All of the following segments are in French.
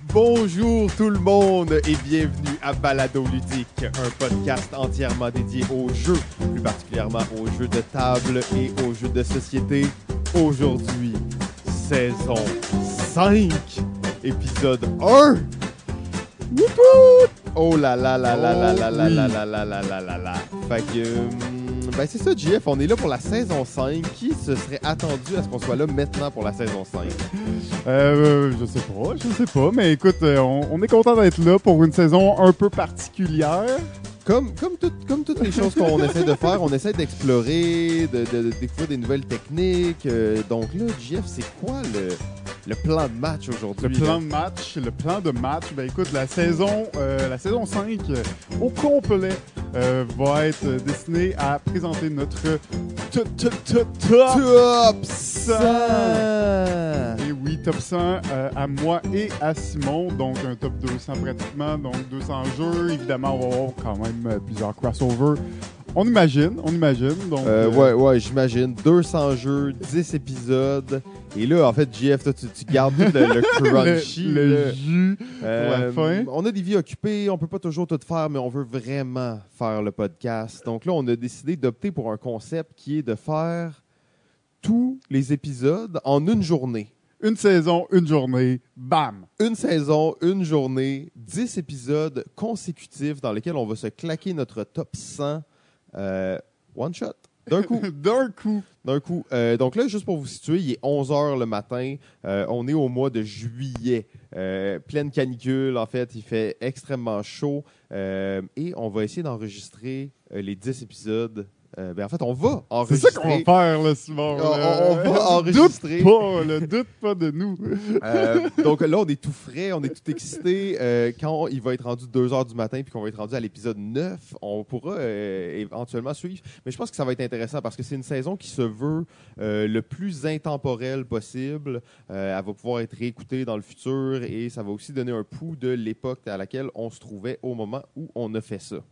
Bonjour tout le monde et bienvenue à Balado Ludique, un podcast entièrement dédié aux jeux, plus particulièrement aux jeux de table et aux jeux de société. Aujourd'hui, saison 5, épisode 1. Wouhou! Oh là là là là là là là là là là là là là là. Fait que, c'est ça, JF, on est là pour la saison 5. Qui se serait attendu à ce qu'on soit là maintenant pour la saison 5? Je sais pas, mais écoute, on est content d'être là pour une saison un peu particulière. Comme toutes les choses qu'on essaie de faire, on essaie d'explorer, de découvrir des nouvelles techniques. Donc là, JF, c'est quoi le plan de match aujourd'hui? Le plan de match, ben écoute, la saison 5 au complet va être destinée à présenter notre Top 100! Et oui, top 100 à moi et à Simon, donc un top 200 pratiquement, donc 200 jeux. Évidemment, on va avoir quand même plusieurs crossovers. On imagine. Donc, ouais, j'imagine. 200 jeux, 10 épisodes. Et là, en fait, JF, toi, tu gardes tout le crunchy. le jus pour la fin. On a des vies occupées, on peut pas toujours tout faire, mais on veut vraiment faire le podcast. Donc là, on a décidé d'opter pour un concept qui est de faire tous les épisodes en une journée. Une saison, une journée, bam! Une saison, une journée, 10 épisodes consécutifs dans lesquels on va se claquer notre top 100 one shot. D'un coup. D'un coup. Donc là, juste pour vous situer, il est 11h le matin. On est au mois de juillet. Pleine canicule, en fait. Il fait extrêmement chaud. Et on va essayer d'enregistrer les 10 épisodes. En fait, on va enregistrer. C'est ça qu'on va faire, là, Simon. On va enregistrer. Doute pas de nous. Donc là, on est tout frais, on est tout excité. Quand il va être rendu 2h du matin puis qu'on va être rendu à l'épisode 9, on pourra éventuellement suivre. Mais je pense que ça va être intéressant parce que c'est une saison qui se veut le plus intemporelle possible. Elle va pouvoir être réécoutée dans le futur et ça va aussi donner un pouls de l'époque à laquelle on se trouvait au moment où on a fait ça.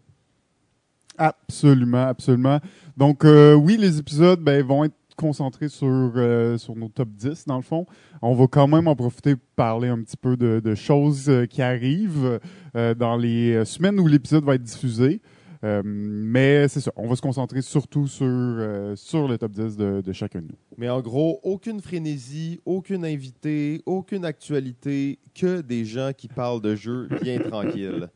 Absolument. Donc, oui, les épisodes vont être concentrés sur nos top 10, dans le fond. On va quand même en profiter pour parler un petit peu de choses qui arrivent dans les semaines où l'épisode va être diffusé. Mais c'est ça, on va se concentrer surtout sur le top 10 de chacun de nous. Mais en gros, aucune frénésie, aucune invité, aucune actualité, que des gens qui parlent de jeux bien tranquilles.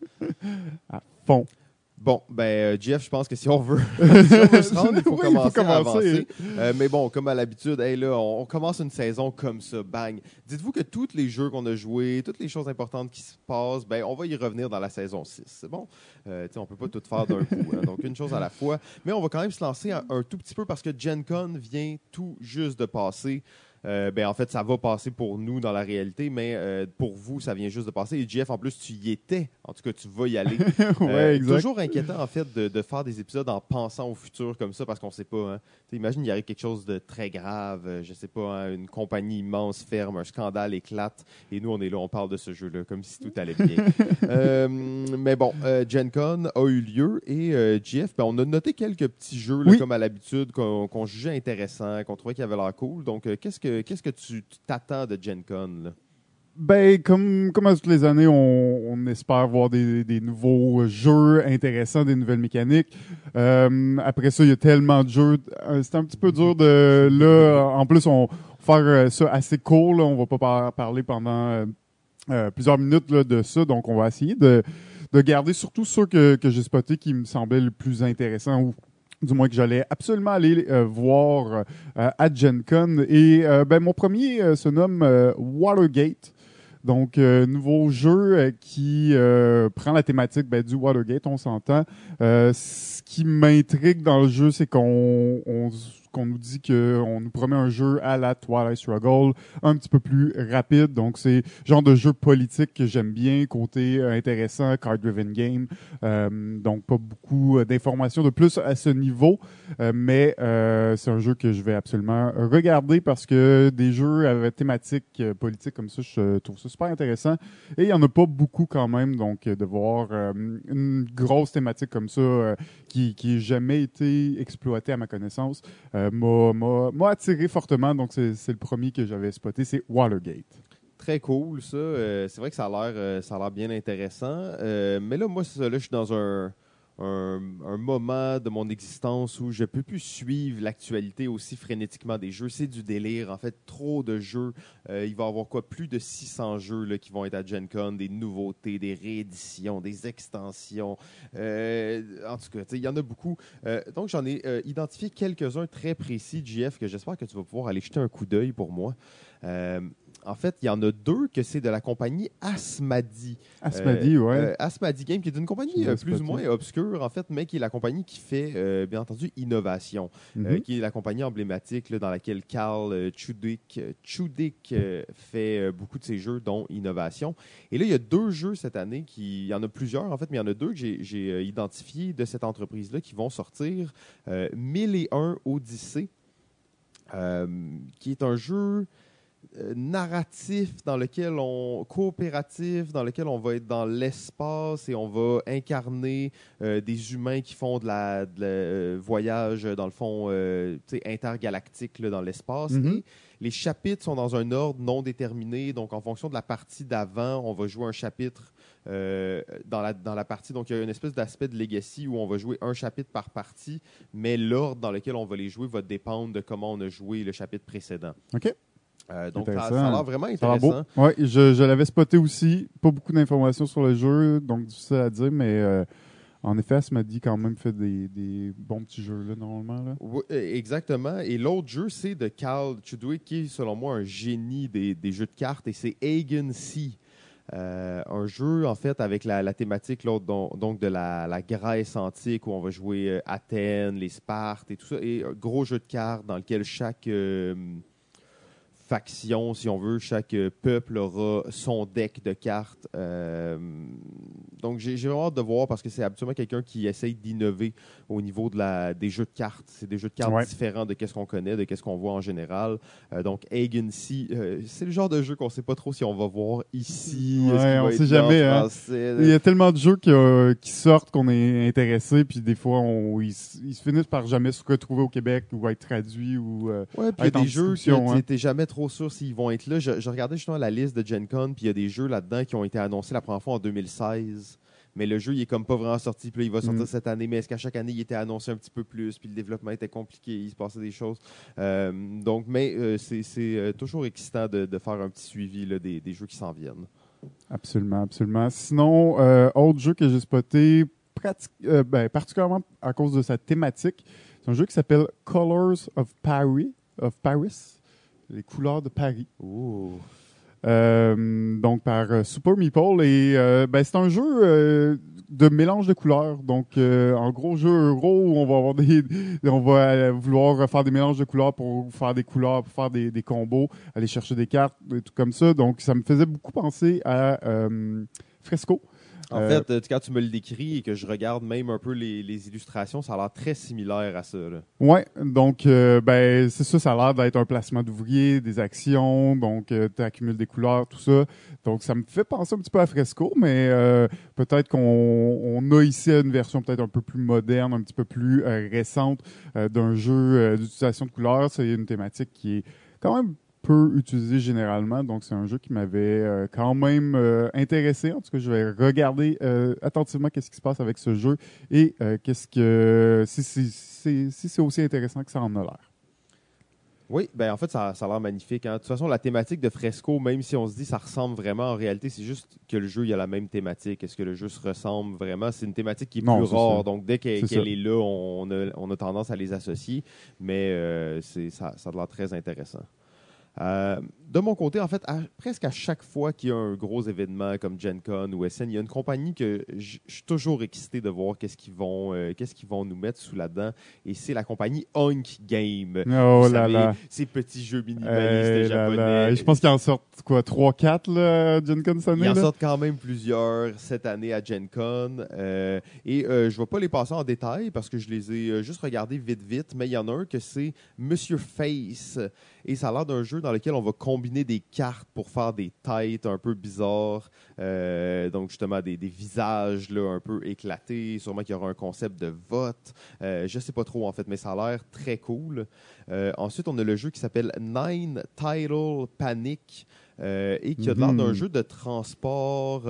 À fond. Bon, Jeff, je pense que si on veut se rendre, il faut commencer à avancer. Mais bon, comme à l'habitude, là, on commence une saison comme ça, bang. Dites-vous que tous les jeux qu'on a joués, toutes les choses importantes qui se passent, on va y revenir dans la saison 6. C'est bon? On peut pas tout faire d'un coup. Hein, donc, une chose à la fois. Mais on va quand même se lancer un tout petit peu parce que Gen Con vient tout juste de passer. En fait, ça va passer pour nous dans la réalité, mais pour vous, ça vient juste de passer. Et JF, en plus, tu y étais. En tout cas, tu vas y aller. Ouais, exact. Toujours inquiétant, en fait, de faire des épisodes en pensant au futur comme ça, parce qu'on sait pas. Hein. Imagine, il arrive quelque chose de très grave. Je sais pas, hein, une compagnie immense ferme, un scandale éclate, et nous, on est là, on parle de ce jeu-là, comme si tout allait bien. Mais bon, Gen Con a eu lieu, et JF, on a noté quelques petits jeux, là, comme à l'habitude, qu'on jugeait intéressants, qu'on trouvait qu'il avait l'air cool. Donc, qu'est-ce que tu t'attends de Gen Con, là? Comme à toutes les années, on espère voir des nouveaux jeux intéressants, des nouvelles mécaniques. Après ça, il y a tellement de jeux. C'est un petit peu dur de... Là, en plus, on va faire ça assez court. Là. On va pas parler pendant plusieurs minutes là, de ça. Donc, on va essayer de garder surtout ceux que j'ai spotés qui me semblaient le plus intéressants ou du moins que j'allais absolument aller voir à Gen Con. Et mon premier se nomme Watergate. Donc, nouveau jeu qui prend la thématique du Watergate, on s'entend. Ce qui m'intrigue dans le jeu, c'est qu'on nous dit qu'on nous promet un jeu à la Twilight Struggle, un petit peu plus rapide. Donc, c'est le genre de jeu politique que j'aime bien, côté intéressant, card-driven game. Donc, pas beaucoup d'informations de plus à ce niveau, mais c'est un jeu que je vais absolument regarder parce que des jeux avec thématique politique comme ça, je trouve ça super intéressant. Et il n'y en a pas beaucoup quand même, donc de voir une grosse thématique comme ça qui n'a jamais été exploitée à ma connaissance, m'a attiré fortement. Donc, c'est le premier que j'avais spoté, c'est Watergate. très cool, ça. C'est vrai que ça a l'air bien intéressant. Mais là, moi, là, je suis dans un moment de mon existence où je peux plus suivre l'actualité aussi frénétiquement des jeux. C'est du délire. En fait, trop de jeux. Il va y avoir plus de 600 jeux là, qui vont être à Gen Con, des nouveautés, des rééditions, des extensions. En tout cas, il y en a beaucoup. Donc, j'en ai identifié quelques-uns très précis, JF, que j'espère que tu vas pouvoir aller jeter un coup d'œil pour moi. En fait, il y en a deux que c'est de la compagnie Asmadi. Asmadi, ouais. Asmadi Game, qui est une compagnie plus ou moins obscure, en fait, mais qui est la compagnie qui fait, bien entendu, innovation, qui est la compagnie emblématique là, dans laquelle Carl Chudik fait beaucoup de ses jeux, dont Innovation. Et là, il y a deux jeux cette année, il y en a plusieurs, en fait, mais il y en a deux que j'ai identifiés de cette entreprise-là qui vont sortir. 1001 Odyssée, qui est un jeu narratif coopératif dans lequel on va être dans l'espace et on va incarner des humains qui font de voyage dans le fond intergalactique là, dans l'espace. Et les chapitres sont dans un ordre non déterminé, donc en fonction de la partie d'avant, on va jouer un chapitre dans la partie. Donc il y a une espèce d'aspect de legacy où on va jouer un chapitre par partie, mais l'ordre dans lequel on va les jouer va dépendre de comment on a joué le chapitre précédent. OK. Donc, ça a l'air vraiment intéressant. Oui, je l'avais spoté aussi. Pas beaucoup d'informations sur le jeu, donc difficile à dire, mais en effet, Asmadi quand même fait des bons petits jeux, là, normalement. Là. Oui, exactement. Et l'autre jeu, c'est de Carl Chudwick, qui est, selon moi, un génie des jeux de cartes, et c'est Agency. Un jeu, en fait, avec la thématique là, donc de la Grèce antique, où on va jouer Athènes, les Spartes et tout ça, et un gros jeu de cartes dans lequel chaque faction, si on veut, chaque peuple aura son deck de cartes. Donc, j'ai vraiment hâte de voir parce que c'est absolument quelqu'un qui essaye d'innover au niveau des jeux de cartes. C'est des jeux de cartes différents de ce qu'on connaît, de ce qu'on voit en général. Donc, Agency, c'est le genre de jeu qu'on ne sait pas trop si on va voir ici. On ne sait jamais. Hein? Il y a tellement de jeux qui sortent qu'on est intéressé, puis des fois, ils se finissent par jamais se retrouver au Québec ou être traduits. Puis il y a des jeux qui n'étaient jamais trop sûr s'ils vont être là. Je regardais justement la liste de Gen Con, puis il y a des jeux là-dedans qui ont été annoncés la première fois en 2016. Mais le jeu, il est comme pas vraiment sorti. Puis là, il va sortir cette année. Mais est-ce qu'à chaque année, il était annoncé un petit peu plus? Puis le développement était compliqué. Il se passait des choses. C'est toujours excitant de faire un petit suivi là, des jeux qui s'en viennent. Absolument, absolument. Sinon, autre jeu que j'ai spoté, particulièrement à cause de sa thématique, c'est un jeu qui s'appelle Colors of Paris. Les couleurs de Paris. Donc par Super Meeple. Et c'est un jeu de mélange de couleurs. Donc en gros jeu euro où on va vouloir faire des mélanges de couleurs pour faire des couleurs, pour faire des combos, aller chercher des cartes, des trucs comme ça. Donc ça me faisait beaucoup penser à Fresco. En fait, quand tu me le décris et que je regarde même un peu les illustrations, ça a l'air très similaire à ça. Oui, donc c'est ça a l'air d'être un placement d'ouvriers, des actions, donc tu accumules des couleurs, tout ça. Donc ça me fait penser un petit peu à Fresco, mais peut-être qu'on a ici une version peut-être un peu plus moderne, un petit peu plus récente d'un jeu d'utilisation de couleurs. C'est une thématique qui est quand même peu utilisé généralement, donc c'est un jeu qui m'avait quand même intéressé. En tout cas, je vais regarder attentivement qu'est-ce qui se passe avec ce jeu et si c'est aussi intéressant que ça en a l'air. Oui, en fait, ça a l'air magnifique. Hein. De toute façon, la thématique de Fresco, même si on se dit ça ressemble vraiment, en réalité, c'est juste que le jeu, il a la même thématique. Est-ce que le jeu se ressemble vraiment? C'est une thématique qui est plus rare. Donc, dès qu'elle est là, on a tendance à les associer. Mais ça a l'air très intéressant. De mon côté, en fait, presque à chaque fois qu'il y a un gros événement comme Gen Con ou SN, il y a une compagnie que je suis toujours excité de voir qu'est-ce qu'ils vont nous mettre sous la dent. Et c'est la compagnie Hunk Game. Oh là là. Ces petits jeux minimalistes japonais. Je pense qu'ils en sortent 3-4 là, Gen Con cette année. Ils en sortent quand même plusieurs cette année à Gen Con. Je ne vais pas les passer en détail parce que je les ai juste regardés vite. Mais il y en a un que c'est Monsieur Face. Et ça a l'air d'un jeu dans lequel on va combiner combiner des cartes pour faire des têtes un peu bizarres. Donc, justement, des visages là, un peu éclatés. Sûrement qu'il y aura un concept de vote. Je ne sais pas trop, en fait, mais ça a l'air très cool. Ensuite, on a le jeu qui s'appelle Nine Title Panic. Et qui a l'air d'un jeu de transport,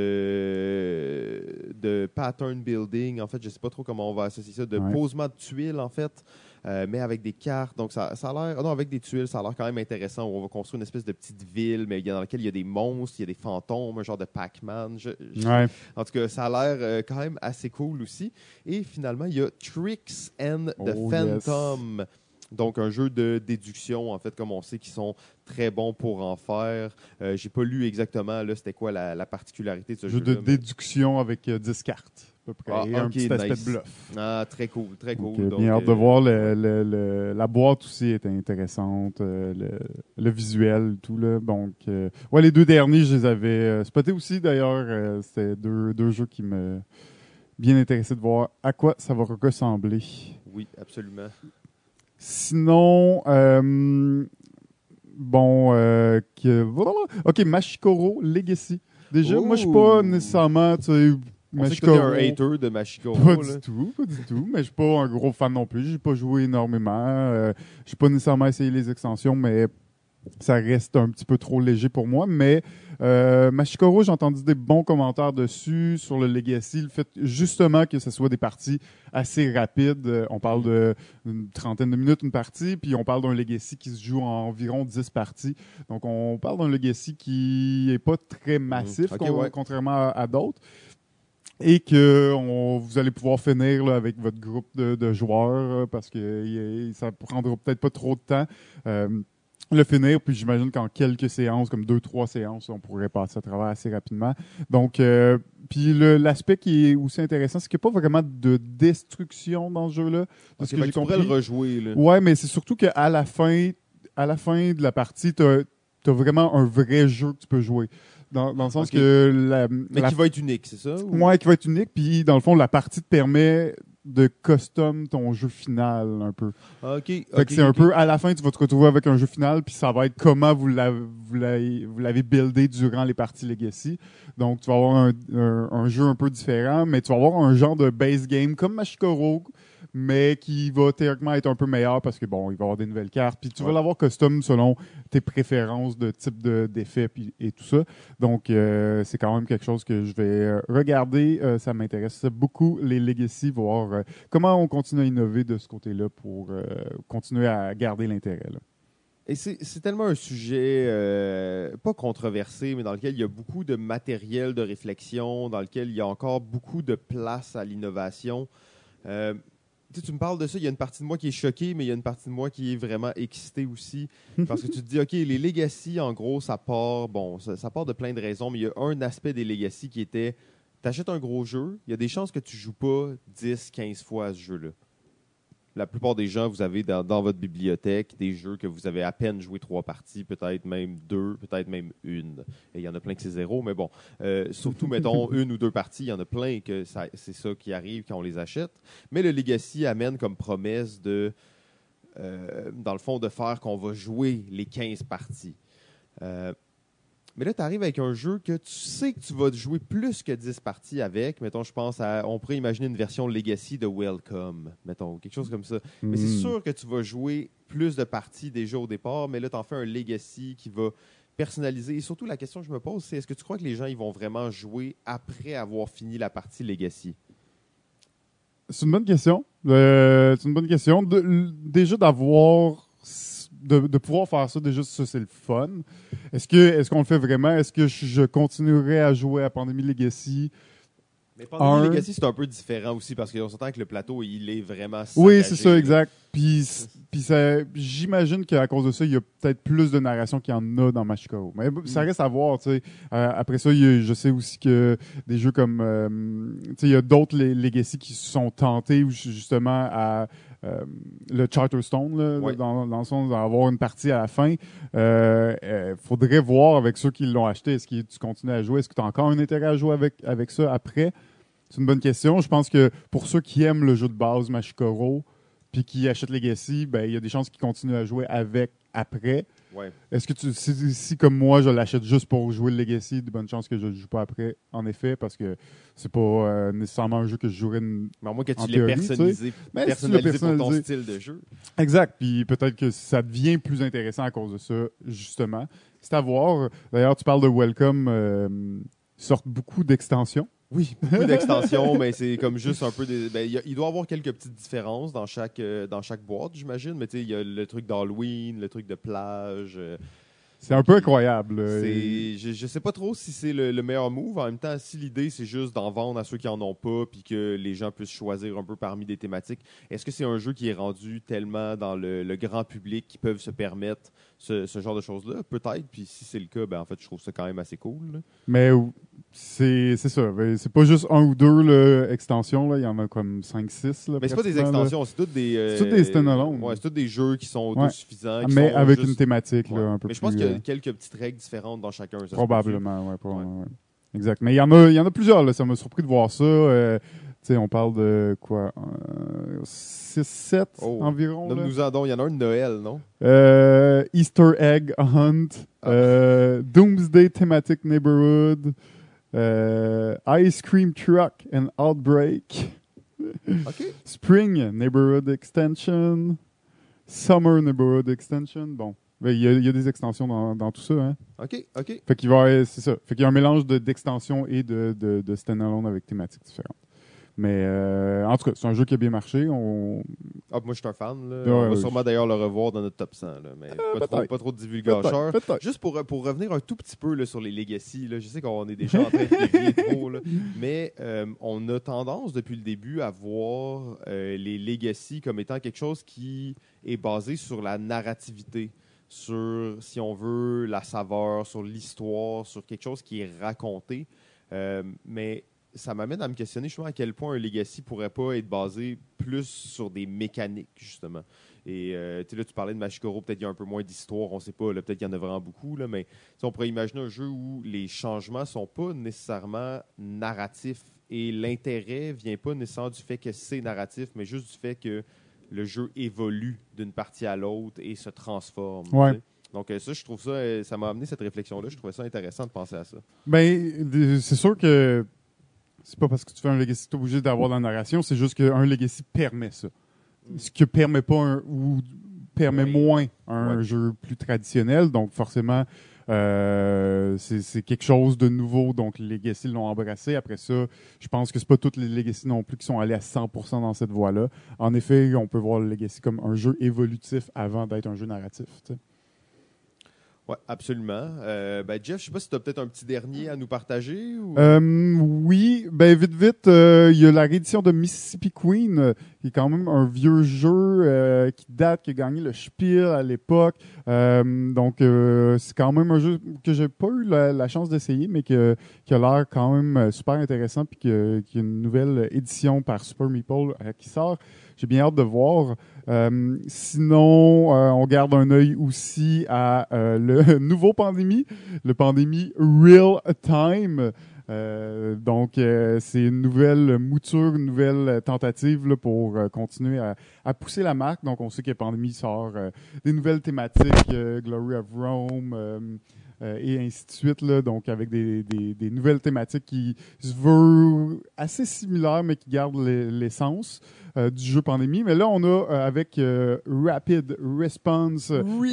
de pattern building. En fait, je ne sais pas trop comment on va associer ça, de posement de tuiles, en fait, mais avec des cartes. Donc, ça a l'air... non, avec des tuiles, ça a l'air quand même intéressant. On va construire une espèce de petite ville, mais dans laquelle il y a des monstres, il y a des fantômes, un genre de Pac-Man. En tout cas, ça a l'air quand même assez cool aussi. Et finalement, il y a Tricks and the Phantom. Yes. Donc, un jeu de déduction, en fait, comme on sait qu'ils sont très bons pour en faire. J'ai pas lu exactement, là, c'était quoi la particularité de ce jeu-là. Jeu de déduction avec 10 cartes, à peu près, et un petit aspect de bluff. Ah, très cool, très cool. Donc, bien hâte de voir. La boîte aussi est intéressante, le visuel, tout. Là. Donc, les 2 derniers, je les avais spotés aussi, d'ailleurs. C'était deux jeux qui me... bien intéressés de voir à quoi ça va ressembler. Oui, absolument. Sinon, OK, Mashikoro Legacy. Déjà, moi, je suis pas nécessairement, tu sais, Mashikoro. On sait que t'es un hater de Mashikoro. Pas du tout, mais je suis pas un gros fan non plus. J'ai pas joué énormément. J'ai pas nécessairement essayé les extensions, mais ça reste un petit peu trop léger pour moi. Mais Mashikoro, j'ai entendu des bons commentaires dessus sur le Legacy. Le fait justement que ce soit des parties assez rapides. On parle d'une trentaine de minutes une partie, puis on parle d'un Legacy qui se joue en environ 10 parties. Donc on parle d'un Legacy qui n'est pas très massif, contrairement à d'autres. Et que vous allez pouvoir finir là, avec votre groupe de joueurs parce que ça prendra peut-être pas trop de temps. Le finir, puis j'imagine qu'en quelques séances, comme 2-3 séances, on pourrait passer à travers assez rapidement. Donc, puis l'aspect qui est aussi intéressant, c'est qu'il n'y a pas vraiment de destruction dans ce jeu-là. Tu pourrais le rejouer. Là. Ouais, mais c'est surtout qu'à la fin de la partie, tu as vraiment un vrai jeu que tu peux jouer. Dans le sens que... Mais qui va être unique, c'est ça? Ouais, qui va être unique, puis dans le fond, la partie te permet de custom ton jeu final un peu. Fait que c'est un peu, à la fin, tu vas te retrouver avec un jeu final, puis ça va être comment vous l'avez buildé durant les parties Legacy. Donc, tu vas avoir un jeu un peu différent, mais tu vas avoir un genre de base game comme Mashikoro, mais qui va théoriquement être un peu meilleur parce que, bon, il va y avoir des nouvelles cartes, puis tu vas l'avoir custom selon tes préférences de type d'effet et tout ça. Donc, c'est quand même quelque chose que je vais regarder. Ça m'intéresse beaucoup, les Legacy, voir comment on continue à innover de ce côté-là pour continuer à garder l'intérêt. Là. Et c'est tellement un sujet pas controversé, mais dans lequel il y a beaucoup de matériel de réflexion, dans lequel il y a encore beaucoup de place à l'innovation. Tu me parles de ça, il y a une partie de moi qui est choquée, mais il y a une partie de moi qui est vraiment excitée aussi. Parce que tu te dis, OK, les Legacy, en gros, ça part de plein de raisons, mais il y a un aspect des Legacy qui était, tu achètes un gros jeu, il y a des chances que tu ne joues pas 10, 15 fois à ce jeu-là. La plupart des gens, vous avez dans votre bibliothèque des jeux que vous avez à peine joué 3 parties, peut-être même 2, peut-être même 1. Et il y en a plein que c'est 0, mais bon. Surtout, mettons, 1 ou 2 parties, il y en a plein que c'est ça qui arrive quand on les achète. Mais le Legacy amène comme promesse dans le fond, de faire qu'on va jouer les 15 parties. Mais là, tu arrives avec un jeu que tu sais que tu vas jouer plus que 10 parties avec. Mettons, je pense on pourrait imaginer une version Legacy de Welcome, mettons, quelque chose comme ça. Mais c'est sûr que tu vas jouer plus de parties déjà au départ, mais là, tu en fais un Legacy qui va personnaliser. Et surtout, la question que je me pose, c'est est-ce que tu crois que les gens ils vont vraiment jouer après avoir fini la partie Legacy? C'est une bonne question. Déjà d'avoir... De pouvoir faire ça, déjà, ça, c'est le fun. Est-ce qu'on le fait vraiment? Est-ce que je continuerai à jouer à Pandémie Legacy? Mais Pandémie Legacy, c'est un peu différent aussi parce qu'on s'entend que le plateau, il est vraiment saccagé. Oui, c'est ça, exact. Puis j'imagine qu'à cause de ça, il y a peut-être plus de narration qu'il y en a dans Mashikoro. Mais ça reste à voir, tu sais. Après ça, je sais aussi que des jeux comme... tu sais, il y a d'autres Legacy qui se sont tentés justement à... le Charterstone, là, dans le sens d'avoir une partie à la fin. Faudrait voir avec ceux qui l'ont acheté. Est-ce que tu continues à jouer? Est-ce que tu as encore un intérêt à jouer avec ça après? C'est une bonne question. Je pense que pour ceux qui aiment le jeu de base Mashikoro puis qui achètent Legacy, ben il y a des chances qu'ils continuent à jouer avec après. Ouais. Est-ce que si comme moi, je l'achète juste pour jouer le Legacy, de bonnes chances que je ne joue pas après, en effet, parce que c'est pas nécessairement un jeu que je jouerais Mais à moins que tu en l'aies théorie, personnalisé, mais si tu l'as pour ton personnalisé. style de jeu. Exact. Puis peut-être que ça devient plus intéressant à cause de ça, justement. C'est à voir. D'ailleurs, tu parles de Welcome. Ils sortent beaucoup d'extensions. Oui, beaucoup d'extensions, mais c'est comme juste un peu des. Ben, il doit y avoir quelques petites différences dans chaque boîte, j'imagine. Mais tu sais, il y a le truc d'Halloween, le truc de plage. C'est un peu incroyable. Je sais pas trop si c'est le meilleur move. En même temps, si l'idée c'est juste d'en vendre à ceux qui en ont pas, puis que les gens puissent choisir un peu parmi des thématiques, est-ce que c'est un jeu qui est rendu tellement dans le grand public qu'ils peuvent se permettre ce genre de choses-là? Peut-être. Puis si c'est le cas, ben en fait, je trouve ça quand même assez cool. Là. Mais c'est ça. C'est pas juste un ou deux là, extensions. Là. Il y en a comme 5-6. Mais c'est pas des extensions, c'est toutes des. C'est toutes des stand-alone. Ouais, c'est tous des jeux qui sont autosuffisants. Qui mais sont avec juste... une thématique là, un peu mais plus. Je pense qu'il y a quelques petites règles différentes dans chacun. Ça probablement, ouais. Exact. Mais il y en a plusieurs. Là. Ça m'a surpris de voir ça. On parle de quoi 6-7 environ. Nomme-nous-en donc. Il y en a un de Noël, non? Easter Egg Hunt. Doomsday Thematic Neighborhood. Ice Cream Truck and Outbreak. Okay. Spring Neighborhood Extension. Summer Neighborhood Extension. Bon. Il y a des extensions dans tout ça. Hein? OK. Fait qu'il c'est ça. Fait qu'il y a un mélange d'extensions et de stand-alone avec thématiques différentes. Mais en tout cas, c'est un jeu qui a bien marché. Moi, je suis un fan. Là. On va sûrement d'ailleurs le revoir dans notre top 100. Là, mais pas trop de divulgateurs. Juste pour revenir un tout petit peu là, sur les Legacy, là, je sais qu'on est déjà en train de dévier trop. Là, mais on a tendance depuis le début à voir les Legacy comme étant quelque chose qui est basé sur la narrativité. Sur, si on veut, la saveur, sur l'histoire, sur quelque chose qui est raconté. Mais ça m'amène à me questionner justement à quel point un Legacy pourrait pas être basé plus sur des mécaniques, justement. Et là, tu parlais de Machikoro, peut-être qu'il y a un peu moins d'histoire, on ne sait pas, là, peut-être qu'il y en a vraiment beaucoup, là, mais on pourrait imaginer un jeu où les changements ne sont pas nécessairement narratifs et l'intérêt ne vient pas nécessairement du fait que c'est narratif, mais juste du fait que le jeu évolue d'une partie à l'autre et se transforme. Ouais. Donc ça, je trouve ça m'a amené cette réflexion-là. Je trouvais ça intéressant de penser à ça. Ben, c'est sûr que c'est pas parce que tu fais un Legacy que tu es obligé d'avoir la narration, c'est juste qu'un Legacy permet ça. Ce que permet pas ou permet moins un jeu plus traditionnel. Donc forcément, c'est quelque chose de nouveau. Donc les Legacy l'ont embrassé. Après ça, je pense que c'est pas toutes les Legacy non plus qui sont allés à 100% dans cette voie-là. En effet, on peut voir le Legacy comme un jeu évolutif avant d'être un jeu narratif. T'sais. Oui, absolument. Jeff, je ne sais pas si tu as peut-être un petit dernier à nous partager. Ou... Oui, vite, il y a la réédition de Mississippi Queen, qui est quand même un vieux jeu qui date, qui a gagné le Spiel à l'époque. Donc, c'est quand même un jeu que j'ai pas eu la chance d'essayer, mais qui a l'air quand même super intéressant, puis qui a une nouvelle édition par Super Meeple qui sort. J'ai bien hâte de voir. Sinon, on garde un œil aussi à le nouveau Pandémie, le Pandémie Real Time. Donc, c'est une nouvelle mouture, une nouvelle tentative là, pour continuer à pousser la marque. Donc, on sait que Pandémie sort des nouvelles thématiques, Glory of Rome, et ainsi de suite, là, donc avec des nouvelles thématiques qui se veulent assez similaires, mais qui gardent l'essence du jeu Pandémie. Mais là, on a, avec Rapid Response,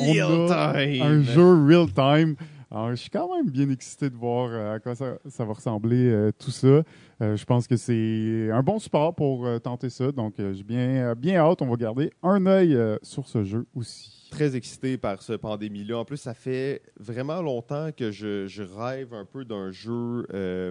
un jeu real-time. Alors, je suis quand même bien excité de voir à quoi ça va ressembler, tout ça. Je pense que c'est un bon support pour tenter ça. Donc, j'ai bien hâte. On va garder un œil sur ce jeu aussi. Très excité par ce Pandémie-là. En plus, ça fait vraiment longtemps que je rêve un peu d'un jeu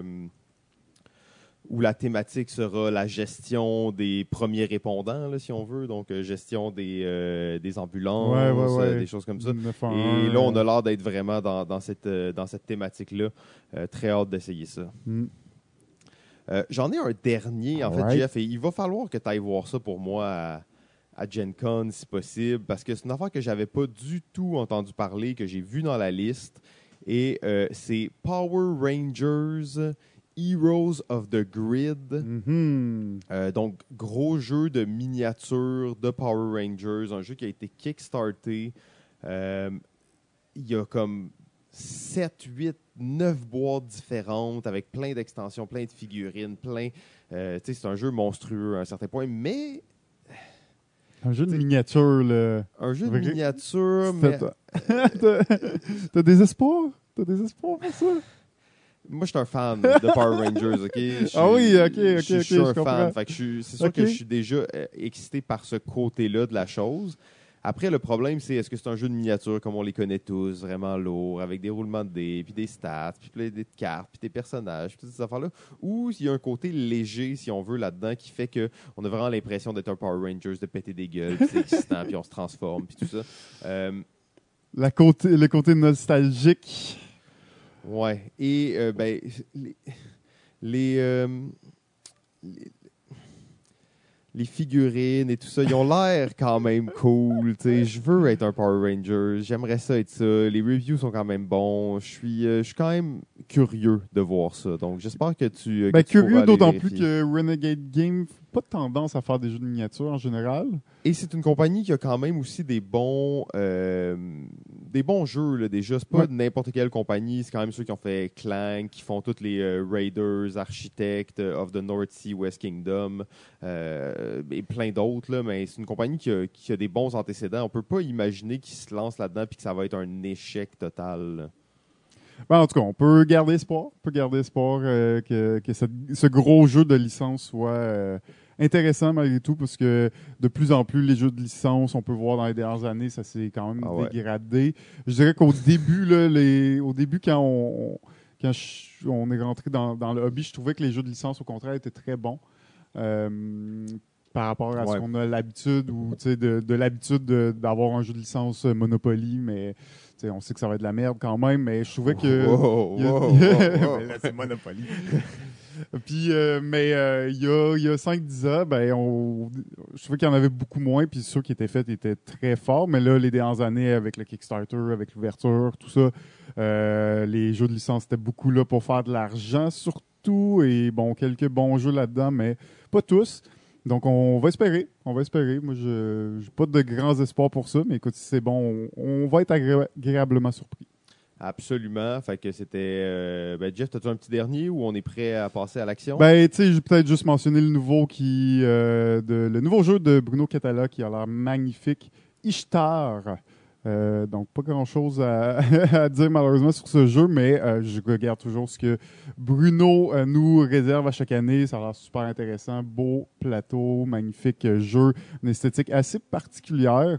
où la thématique sera la gestion des premiers répondants, là, si on veut. Donc, gestion des ambulances, des choses comme ça. Et là, on a l'air d'être vraiment dans cette thématique-là. Très hâte d'essayer ça. J'en ai un dernier, en fait, Jeff, et il va falloir que tu ailles voir ça pour moi à Gen Con, si possible, parce que c'est une affaire que j'avais pas du tout entendu parler, que j'ai vu dans la liste. Et c'est Power Rangers Heroes of the Grid. Mm-hmm. Donc, gros jeu de miniature de Power Rangers, un jeu qui a été kickstarté. il y a comme 7, 8, 9 boîtes différentes avec plein d'extensions, plein de figurines, c'est un jeu monstrueux à un certain point, mais... Un jeu de miniature, là. Un jeu de miniature, mais... T'as des espoirs? T'as des espoirs pour ça? Moi, je suis un fan de Power Rangers, OK? Je suis un fan. Fait que c'est sûr que je suis déjà excité par ce côté-là de la chose. Après, le problème, c'est est-ce que c'est un jeu de miniature comme on les connaît tous, vraiment lourd, avec des roulements de dés, puis des stats, puis des cartes, puis des personnages, puis toutes ces affaires-là, ou il y a un côté léger, si on veut, là-dedans, qui fait qu'on a vraiment l'impression d'être un Power Rangers, de péter des gueules, puis c'est excitant, puis on se transforme, puis tout ça. Le côté nostalgique. Ouais. Et, les figurines et tout ça, ils ont l'air quand même cool. Je veux être un Power Ranger. J'aimerais ça être ça. Les reviews sont quand même bons. Je suis quand même curieux de voir ça. Donc, j'espère que tu. Curieux d'autant plus que Renegade Game n'a pas tendance à faire des jeux de miniature en général. Et c'est une compagnie qui a quand même aussi des bons jeux, là, déjà. C'est pas n'importe quelle compagnie. C'est quand même ceux qui ont fait Clank, qui font tous les Raiders, Architect, of the North Sea, West Kingdom, et plein d'autres. Là, mais c'est une compagnie qui a des bons antécédents. On peut pas imaginer qu'ils se lancent là-dedans et que ça va être un échec total. En tout cas, on peut garder espoir. Que ce gros jeu de licence soit intéressant malgré tout, parce que de plus en plus, les jeux de licence, on peut voir dans les dernières années, ça s'est quand même dégradé. Je dirais qu'au début, quand on est rentré dans le hobby, je trouvais que les jeux de licence, au contraire, étaient très bons. Par rapport à ce qu'on a l'habitude, ou de l'habitude d'avoir un jeu de licence Monopoly, mais on sait que ça va être de la merde quand même, mais je trouvais que... Mais là, c'est Monopoly. Puis, il y a 5-10 ans, je trouvais qu'il y en avait beaucoup moins, puis ceux qui étaient faits étaient très forts, mais là, les dernières années, avec le Kickstarter, avec l'ouverture, tout ça, les jeux de licence étaient beaucoup là pour faire de l'argent, surtout, et quelques bons jeux là-dedans, mais pas tous. Donc, on va espérer. Moi, je n'ai pas de grands espoirs pour ça, mais écoute, si c'est bon, on va être agréablement surpris. Absolument. Fait que c'était... Jeff, as-tu un petit dernier ou on est prêt à passer à l'action? Je vais peut-être juste mentionner le nouveau jeu de Bruno Catala qui a l'air magnifique, Ishtar. Donc, pas grand-chose à dire malheureusement sur ce jeu, mais je regarde toujours ce que Bruno nous réserve à chaque année. Ça a l'air super intéressant. Beau plateau, magnifique jeu, une esthétique assez particulière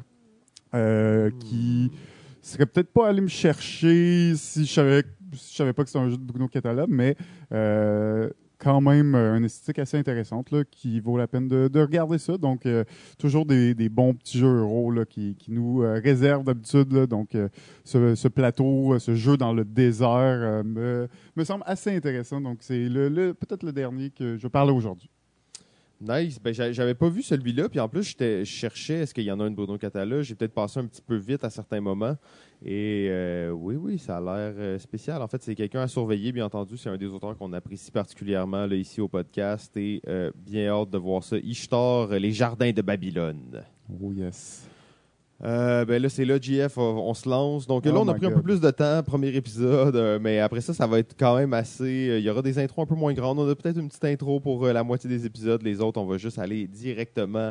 qui serait peut-être pas allé me chercher si je savais pas que c'était un jeu de Bruno Catala, mais quand même une esthétique assez intéressante là, qui vaut la peine de regarder ça. Donc, toujours des bons petits jeux euros là, qui nous réservent d'habitude. Là. Donc, ce plateau, ce jeu dans le désert me semble assez intéressant. Donc, c'est peut-être le dernier que je parlais aujourd'hui. Nice. J'avais pas vu celui-là. Puis en plus, je cherchais est-ce qu'il y en a un de Bruno Catala. J'ai peut-être passé un petit peu vite à certains moments. Et oui, ça a l'air spécial. En fait, c'est quelqu'un à surveiller, bien entendu. C'est un des auteurs qu'on apprécie particulièrement là, ici au podcast. Et bien hâte de voir ça. Ishtar, les jardins de Babylone. Oh yes. Là, c'est là, JF, on se lance. Donc là, on a pris un peu plus de temps, premier épisode, mais après ça, ça va être quand même assez... Il y aura des intros un peu moins grandes. On a peut-être une petite intro pour la moitié des épisodes. Les autres, on va juste aller directement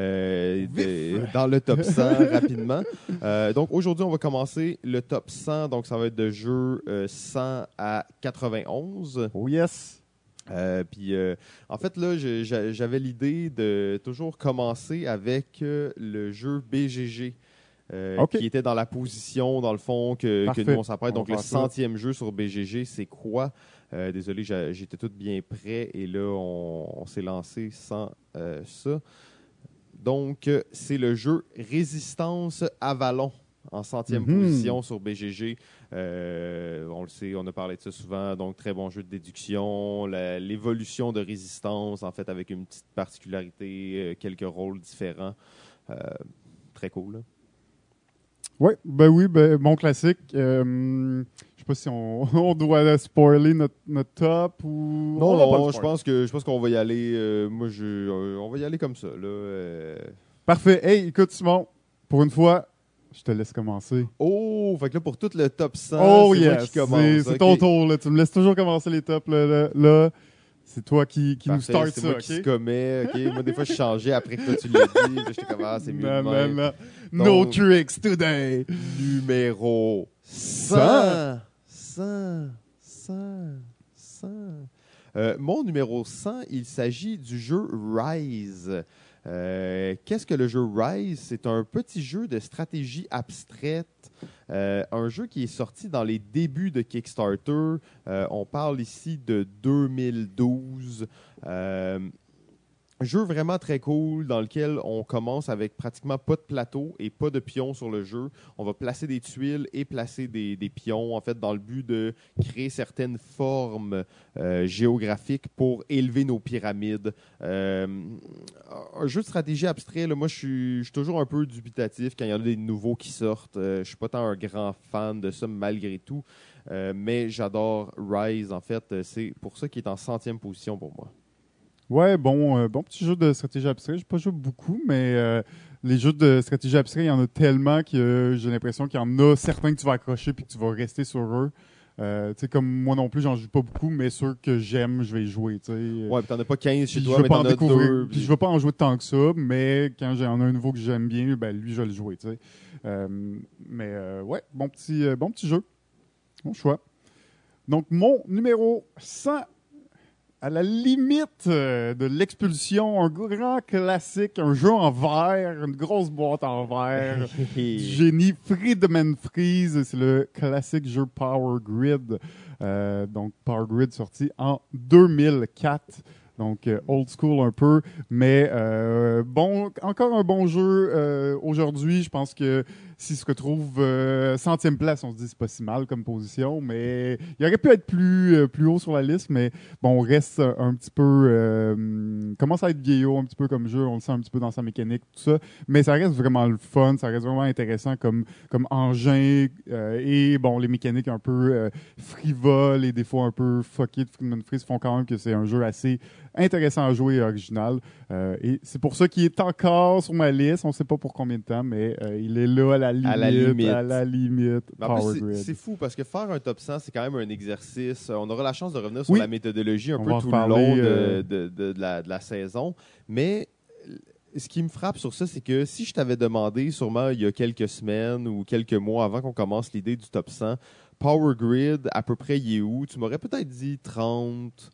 dans le top 100 rapidement. Donc aujourd'hui, on va commencer le top 100. Donc ça va être de jeux 100 à 91. Oh yes! En fait, là, j'avais l'idée de toujours commencer avec le jeu BGG, qui était dans la position, dans le fond, que nous, on s'apprête. Donc, le 100e jeu sur BGG, c'est quoi? Désolé, j'étais tout bien prêt et là, on s'est lancé sans ça. Donc, c'est le jeu Résistance Avalon. En 100e position sur BGG. On le sait, on a parlé de ça souvent. Donc, très bon jeu de déduction. L'évolution de résistance, en fait, avec une petite particularité, quelques rôles différents. Très cool. Là. Oui, bon classique. Je sais pas si on doit spoiler notre top ou... Non, je pense qu'on va y aller. On va y aller comme ça. Là, Parfait. Hey, écoute, Simon, pour une fois, Je te laisse commencer. Oh, fait que là, pour tout le top 100, c'est moi qui commence. C'est ton tour. Là. Tu me laisses toujours commencer les tops. Là. C'est toi qui nous start c'est ça. moi qui se commets. Okay? Moi, des fois, je changeais après que toi, tu l'as dit. J'étais comme, c'est mieux de même. Non. No tricks today. Numéro 100. Mon numéro 100, il s'agit du jeu Rise. Qu'est-ce que le jeu Rise? C'est un petit jeu de stratégie abstraite. Un jeu qui est sorti dans les débuts de Kickstarter. On parle ici de 2012. Jeu vraiment très cool dans lequel on commence avec pratiquement pas de plateau et pas de pions sur le jeu. On va placer des tuiles et placer des pions en fait dans le but de créer certaines formes géographiques pour élever nos pyramides. Un jeu de stratégie abstrait, là, moi je suis toujours un peu dubitatif quand il y en a des nouveaux qui sortent. Je suis pas tant un grand fan de ça malgré tout, mais j'adore Rise en fait. C'est pour ça qu'il est en 100e position pour moi. Ouais, bon petit jeu de stratégie abstrait. J'ai pas joué beaucoup, mais les jeux de stratégie abstrait, il y en a tellement que j'ai l'impression qu'il y en a certains que tu vas accrocher puis que tu vas rester sur eux. Tu sais, comme moi non plus, j'en joue pas beaucoup, mais ceux que j'aime, je vais y jouer. T'sais. Ouais, puis t'en as pas 15 chez toi, mais t'en as 2. Puis je veux pas en jouer tant que ça, mais quand j'en ai un nouveau que j'aime bien, ben lui, je vais le jouer. Ouais, bon petit jeu. Bon choix. Donc, mon numéro 100. À la limite de l'expulsion, un grand classique, un jeu en verre, une grosse boîte en verre, du génie Friedemann Fries, c'est le classique jeu Power Grid. Donc Power Grid sorti en 2004. Donc, old school un peu, mais encore un bon jeu aujourd'hui. Je pense que s'il se retrouve 100e place, on se dit c'est pas si mal comme position, mais il aurait pu être plus haut sur la liste, mais bon, on reste un petit peu... commence à être vieillot un petit peu comme jeu, on le sent un petit peu dans sa mécanique, tout ça, mais ça reste vraiment le fun, ça reste vraiment intéressant comme engin, et bon, les mécaniques un peu frivoles et des fois un peu fuckées de Friedemann Fries font quand même que c'est un jeu assez intéressant à jouer et original. Et c'est pour ça qu'il est encore sur ma liste. On ne sait pas pour combien de temps, mais il est là à la limite. Power Grid. C'est fou parce que faire un top 100, c'est quand même un exercice. On aura la chance de revenir sur la méthodologie un peu tout le long de la saison. Mais ce qui me frappe sur ça, c'est que si je t'avais demandé, sûrement il y a quelques semaines ou quelques mois avant qu'on commence l'idée du top 100, Power Grid, à peu près, il est où? Tu m'aurais peut-être dit 30...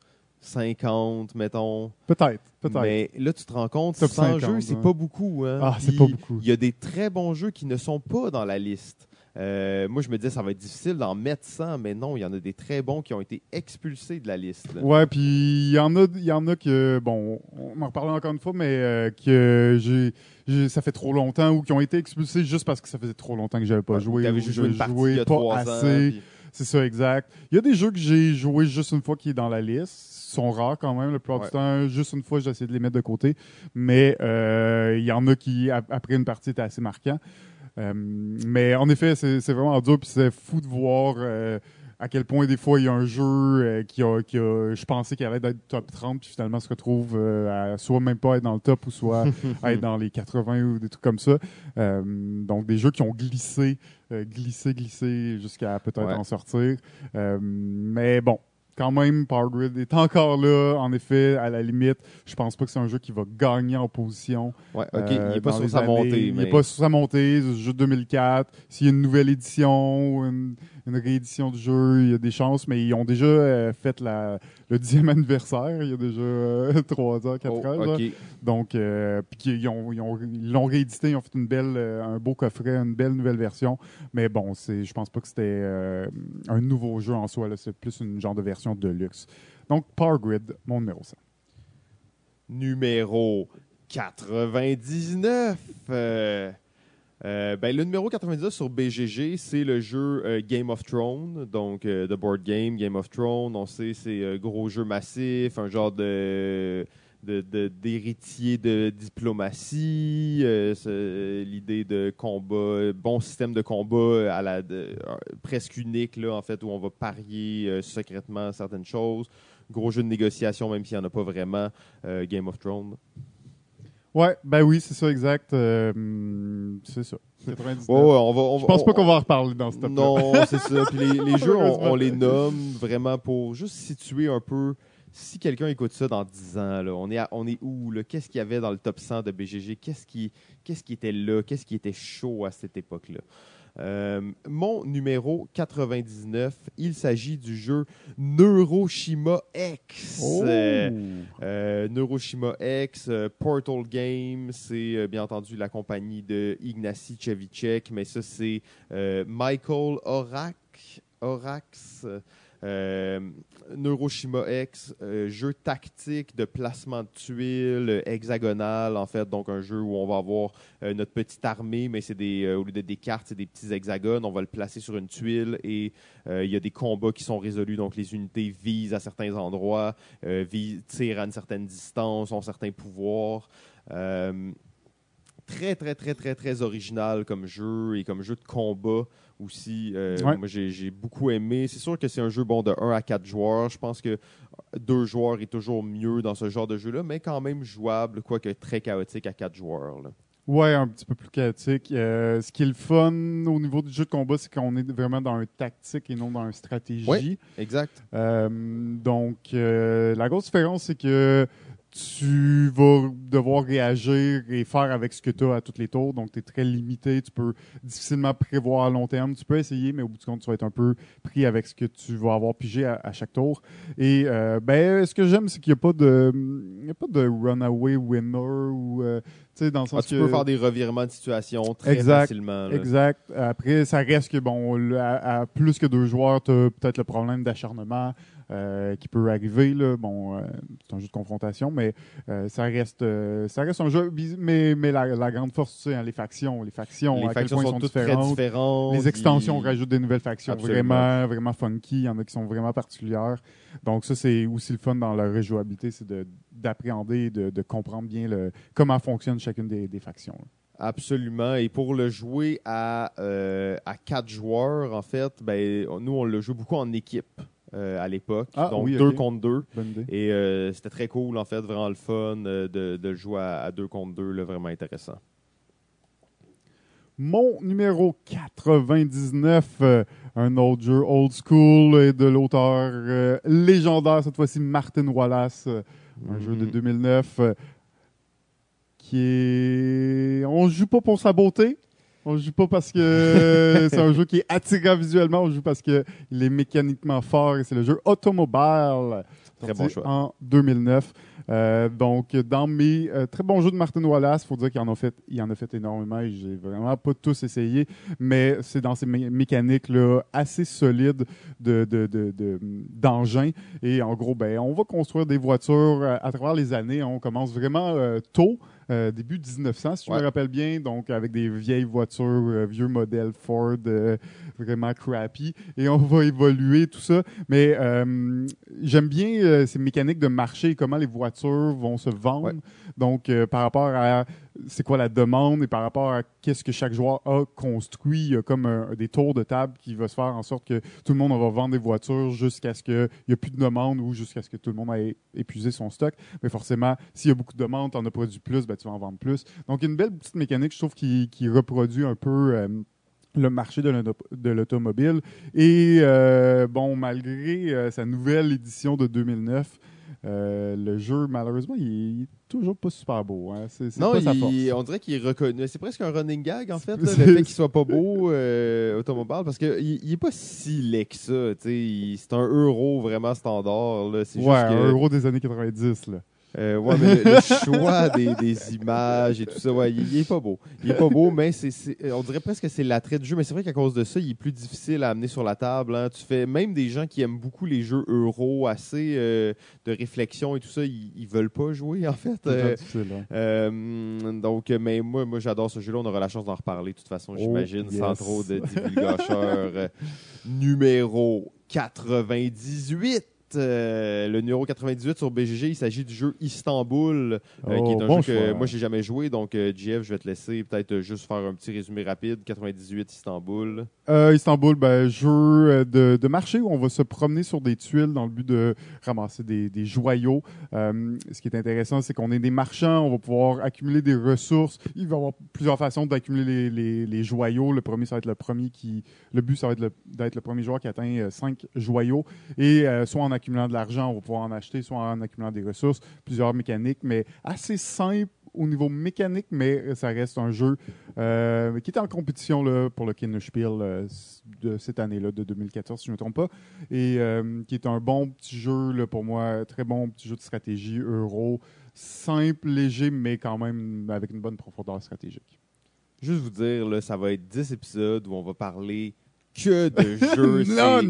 50, mettons. Peut-être. Mais là, tu te rends compte, 100 jeux, c'est pas beaucoup. Hein? C'est pas beaucoup. Il y a des très bons jeux qui ne sont pas dans la liste. Moi, je me disais, ça va être difficile d'en mettre 100, mais non, il y en a des très bons qui ont été expulsés de la liste. Là. Ouais, puis il y en a que, bon, on en reparlera encore une fois, mais que ça fait trop longtemps ou qui ont été expulsés juste parce que ça faisait trop longtemps que j'avais pas joué. T'avais juste joué une partie il y a pas 3 assez. ans. Puis... C'est ça, exact. Il y a des jeux que j'ai joué juste une fois qui est dans la liste. Ils sont rares quand même. La plupart du temps, juste une fois, j'essaie de les mettre de côté. Mais il y en a qui, après une partie, étaient assez marquants. Mais en effet, c'est vraiment dur. Puis c'est fou de voir à quel point des fois il y a un jeu qui a je pensais qu'il allait être top 30 puis finalement se retrouve à soit même pas être dans le top ou soit à être dans les 80 ou des trucs comme ça. Donc des jeux qui ont glissé jusqu'à peut-être en sortir. Mais bon, quand même, Power Grid est encore là, en effet, à la limite. Je pense pas que c'est un jeu qui va gagner en position. Ouais, OK. Il n'est pas sur sa montée. Il n'est pas sur sa montée, c'est le jeu de 2004. S'il y a une nouvelle édition ou une réédition du jeu, il y a des chances, mais ils ont déjà fait le 10e anniversaire, il y a déjà 3 ans, 4 ans. OK. Donc, puis ils l'ont réédité, ils ont fait un beau coffret, une belle nouvelle version. Mais bon, je pense pas que c'était un nouveau jeu en soi, là, c'est plus une genre de version de luxe. Donc, Power Grid, mon numéro 100. Numéro 99. Le numéro 99 sur BGG, c'est le jeu Game of Thrones, donc The Board Game, Game of Thrones. On sait, c'est gros jeu massif, un genre d'héritier de diplomatie, l'idée de combat, bon système de combat presque unique, là, en fait, où on va parier secrètement certaines choses. Gros jeu de négociation, même s'il n'y en a pas vraiment, Game of Thrones. Ouais, ben oui, c'est ça, exact. C'est ça. 99. Je pense pas qu'on va en reparler dans ce top-là. Non, c'est ça. Puis les jeux, on les nomme vraiment pour juste situer un peu. Si quelqu'un écoute ça dans 10 ans, là, on est où? Là? Qu'est-ce qu'il y avait dans le top 100 de BGG? Qu'est-ce qui était là? Qu'est-ce qui était chaud à cette époque-là? Mon numéro 99, il s'agit du jeu Neuroshima X. Neuroshima X, Portal Games, c'est bien entendu la compagnie de Ignacy Cevicek, mais ça c'est Michael Orax. Neuroshima X, jeu tactique de placement de tuiles hexagonal, en fait. Donc, un jeu où on va avoir notre petite armée, mais c'est au lieu de des cartes, c'est des petits hexagones. On va le placer sur une tuile et il y a des combats qui sont résolus. Donc, les unités visent à certains endroits, tirent à une certaine distance, ont certains pouvoirs. Très, très, très, très, très original comme jeu et comme jeu de combat aussi. Moi, j'ai beaucoup aimé. C'est sûr que c'est un jeu de 1 à 4 joueurs. Je pense que 2 joueurs est toujours mieux dans ce genre de jeu-là, mais quand même jouable, quoique très chaotique à 4 joueurs. Là. Ouais, un petit peu plus chaotique. Ce qui est le fun au niveau du jeu de combat, c'est qu'on est vraiment dans un tactique et non dans une stratégie. Oui, exact. Donc, la grosse différence, c'est que tu vas devoir réagir et faire avec ce que tu as à tous les tours. Donc, tu es très limité. Tu peux difficilement prévoir à long terme. Tu peux essayer, mais au bout du compte, tu vas être un peu pris avec ce que tu vas avoir pigé à chaque tour. Et ce que j'aime, c'est qu'il n'y a pas de runaway winner ou... dans le sens tu peux faire des revirements de situation très facilement. Là. Exact. Après, ça reste que, à plus que 2 joueurs, tu as peut-être le problème d'acharnement qui peut arriver. Là. C'est un jeu de confrontation, mais ça reste un jeu. Mais la grande force, les factions. Les factions sont toutes très différentes. Les extensions rajoutent des nouvelles factions Absolument. vraiment funky. Il y en a qui sont vraiment particulières. Donc ça, c'est aussi le fun dans la rejouabilité, c'est d'appréhender, de comprendre bien comment fonctionne chacune des factions. Là. Absolument. Et pour le jouer à 4 joueurs, en fait, nous, on le joue beaucoup en équipe à l'époque. Donc, 2 contre 2. Bonne idée. Et c'était très cool, en fait, vraiment le fun de le jouer à 2 contre 2, là, vraiment intéressant. Mon numéro 99, un autre jeu old school de l'auteur légendaire, cette fois-ci Martin Wallace, un jeu de 2009 qui est... On joue pas pour sa beauté, on joue pas parce que c'est un jeu qui est attirant visuellement, on joue parce qu'il est mécaniquement fort et c'est le jeu Automobile. Très bon choix. En 2009. Donc, dans mes très bons jeux de Martin Wallace, il faut dire qu'il en a fait énormément et j'ai vraiment pas tous essayé, mais c'est dans ces mécaniques là assez solides d'engins. Et en gros, on va construire des voitures à travers les années. On commence vraiment tôt. Début 1900, si je me rappelle bien, donc avec des vieilles voitures, vieux modèles Ford, vraiment crappy, et on va évoluer tout ça. Mais j'aime bien ces mécaniques de marché et comment les voitures vont se vendre. Ouais. Donc, par rapport à c'est quoi la demande et par rapport à qu'est-ce que chaque joueur a construit, il y a comme des tours de table qui va se faire en sorte que tout le monde va vendre des voitures jusqu'à ce qu'il n'y ait plus de demande ou jusqu'à ce que tout le monde ait épuisé son stock. Mais forcément, s'il y a beaucoup de demandes, tu en as produit plus, tu vas en vendre plus. Donc, une belle petite mécanique, je trouve, qui reproduit un peu le marché de l'automobile. Et malgré sa nouvelle édition de 2009, le jeu, malheureusement, il est toujours pas super beau. Hein. C'est non, pas sa force. On dirait qu'il est reconnu. C'est presque un running gag, en fait, là, le fait qu'il soit pas beau, Automobile, parce qu'il est pas si laid que ça. C'est un euro vraiment standard. Là. C'est juste un euro des années 90. Là. Mais le choix des images et tout ça, il est pas beau. Il est pas beau, mais on dirait presque que c'est l'attrait du jeu. Mais c'est vrai qu'à cause de ça, il est plus difficile à amener sur la table. Hein. Tu fais même des gens qui aiment beaucoup les jeux euro, assez de réflexion et tout ça, ils veulent pas jouer en fait. Donc, mais moi j'adore ce jeu-là. On aura la chance d'en reparler de toute façon, j'imagine, sans trop de divulgateurs. Numéro 98. le numéro 98 sur BGG, il s'agit du jeu Istanbul, qui est un jeu que moi, j'ai jamais joué. Donc, JF, je vais te laisser peut-être juste faire un petit résumé rapide. 98 Istanbul. Istanbul, jeu de marché où on va se promener sur des tuiles dans le but de ramasser des joyaux. Ce qui est intéressant, c'est qu'on est des marchands, on va pouvoir accumuler des ressources. Il va y avoir plusieurs façons d'accumuler les joyaux. Le premier, ça va être le but, ça va être d'être le premier joueur qui atteint 5 joyaux. Et soit en accumulant de l'argent, on va pouvoir en acheter, soit en accumulant des ressources. Plusieurs mécaniques, mais assez simple au niveau mécanique, mais ça reste un jeu qui est en compétition là, pour le Kinderspiel de cette année-là, de 2014, si je ne me trompe pas, et qui est un bon petit jeu là, pour moi, très bon petit jeu de stratégie euro, simple, léger, mais quand même avec une bonne profondeur stratégique. Juste vous dire, là, ça va être 10 épisodes où on va parler que de jeux.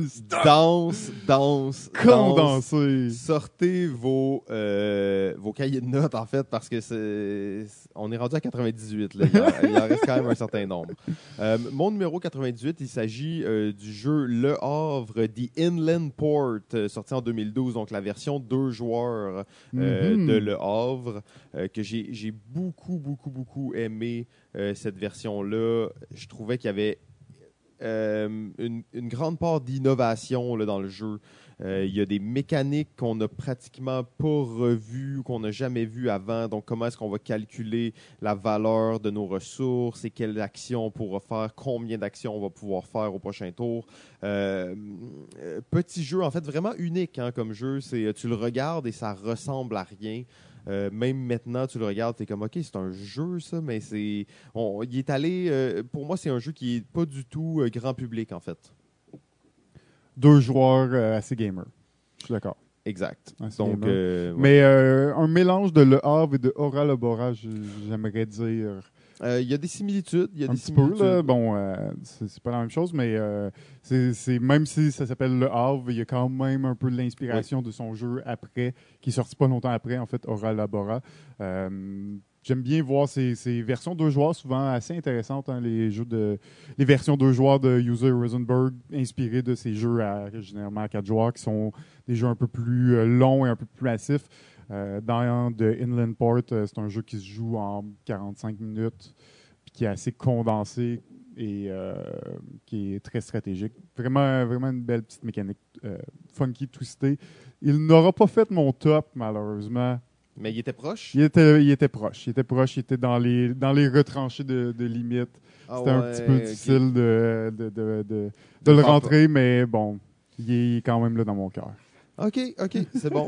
Danse. Condensé. Sortez vos cahiers de notes, en fait, parce que on est rendu à 98. Là. Il en reste quand même un certain nombre. Mon numéro 98, il s'agit du jeu Le Havre, The Inland Port, sorti en 2012, donc la version 2 joueurs de Le Havre, que j'ai beaucoup aimé cette version-là. Je trouvais qu'il y avait une grande part d'innovation là, dans le jeu. Il y a des mécaniques qu'on n'a pratiquement pas revues, qu'on n'a jamais vues avant. Donc, comment est-ce qu'on va calculer la valeur de nos ressources et quelles actions on pourra faire, combien d'actions on va pouvoir faire au prochain tour. Petit jeu, en fait, vraiment unique comme jeu. Tu le regardes et ça ressemble à rien. Même maintenant, tu le regardes, tu es comme, OK, c'est un jeu, ça, mais il est allé... pour moi, c'est un jeu qui n'est pas du tout grand public, en fait. 2 joueurs assez gamers. Je suis d'accord. Exact. Donc, ouais. Mais un mélange de Le Havre et de Ora Le Bora, j'aimerais dire... Il y a des similitudes. Peu, là. Bon, c'est pas la même chose, mais c'est même si ça s'appelle Le Havre, il y a quand même un peu de l'inspiration de son jeu après, qui est sorti pas longtemps après, en fait, Ora Le Bora. J'aime bien voir ces versions 2 joueurs, souvent assez intéressantes, les versions 2 joueurs de User Rosenberg, inspirées de ces jeux généralement à 4 joueurs, qui sont des jeux un peu plus longs et un peu plus massifs. Dans The Inland Port, c'est un jeu qui se joue en 45 minutes, puis qui est assez condensé et qui est très stratégique. Vraiment une belle petite mécanique funky, twistée. Il n'aura pas fait mon top, malheureusement. Mais il était proche? Il était proche. Il était dans les retranchés de limite. C'était un petit peu difficile de le rentrer, mais bon, il est quand même là dans mon cœur. OK, c'est bon.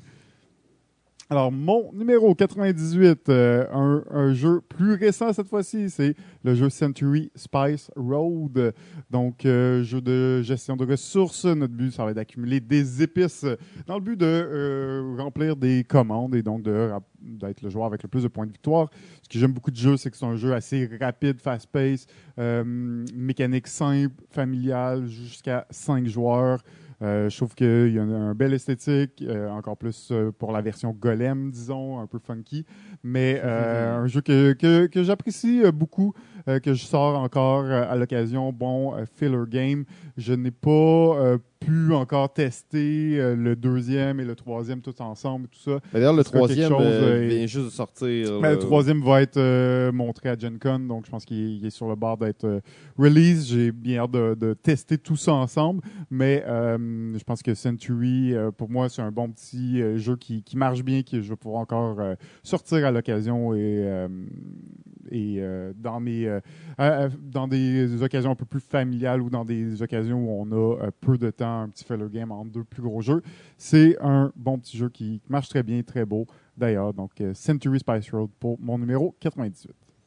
Alors, mon numéro 98, un jeu plus récent cette fois-ci, c'est le jeu Century Spice Road. Donc, jeu de gestion de ressources. Notre but, ça va être d'accumuler des épices dans le but de remplir des commandes et donc d'être le joueur avec le plus de points de victoire. Ce que j'aime beaucoup de jeu, c'est que c'est un jeu assez rapide, fast-paced, mécanique simple, familiale, jusqu'à 5 joueurs. Je trouve qu'il y a un bel esthétique, encore plus pour la version Golem, disons, un peu funky, mais un jeu que j'apprécie beaucoup, que je sors encore à l'occasion. Bon, filler game. Je n'ai pas pu encore tester le 2e et le 3e tout ensemble, tout ça. D'ailleurs, le 3e vient juste de sortir. Le 3e va être montré à Gen Con, donc je pense qu'il est sur le bord d'être release. J'ai bien hâte de tester tout ça ensemble, mais je pense que Century, pour moi, c'est un bon petit jeu qui marche bien, que je vais pouvoir encore sortir à l'occasion et dans des occasions un peu plus familiales ou dans des occasions où on a peu de temps, un petit filler game entre 2 plus gros jeux. C'est un bon petit jeu qui marche très bien, très beau d'ailleurs. Donc, Century Spice Road pour mon numéro 98.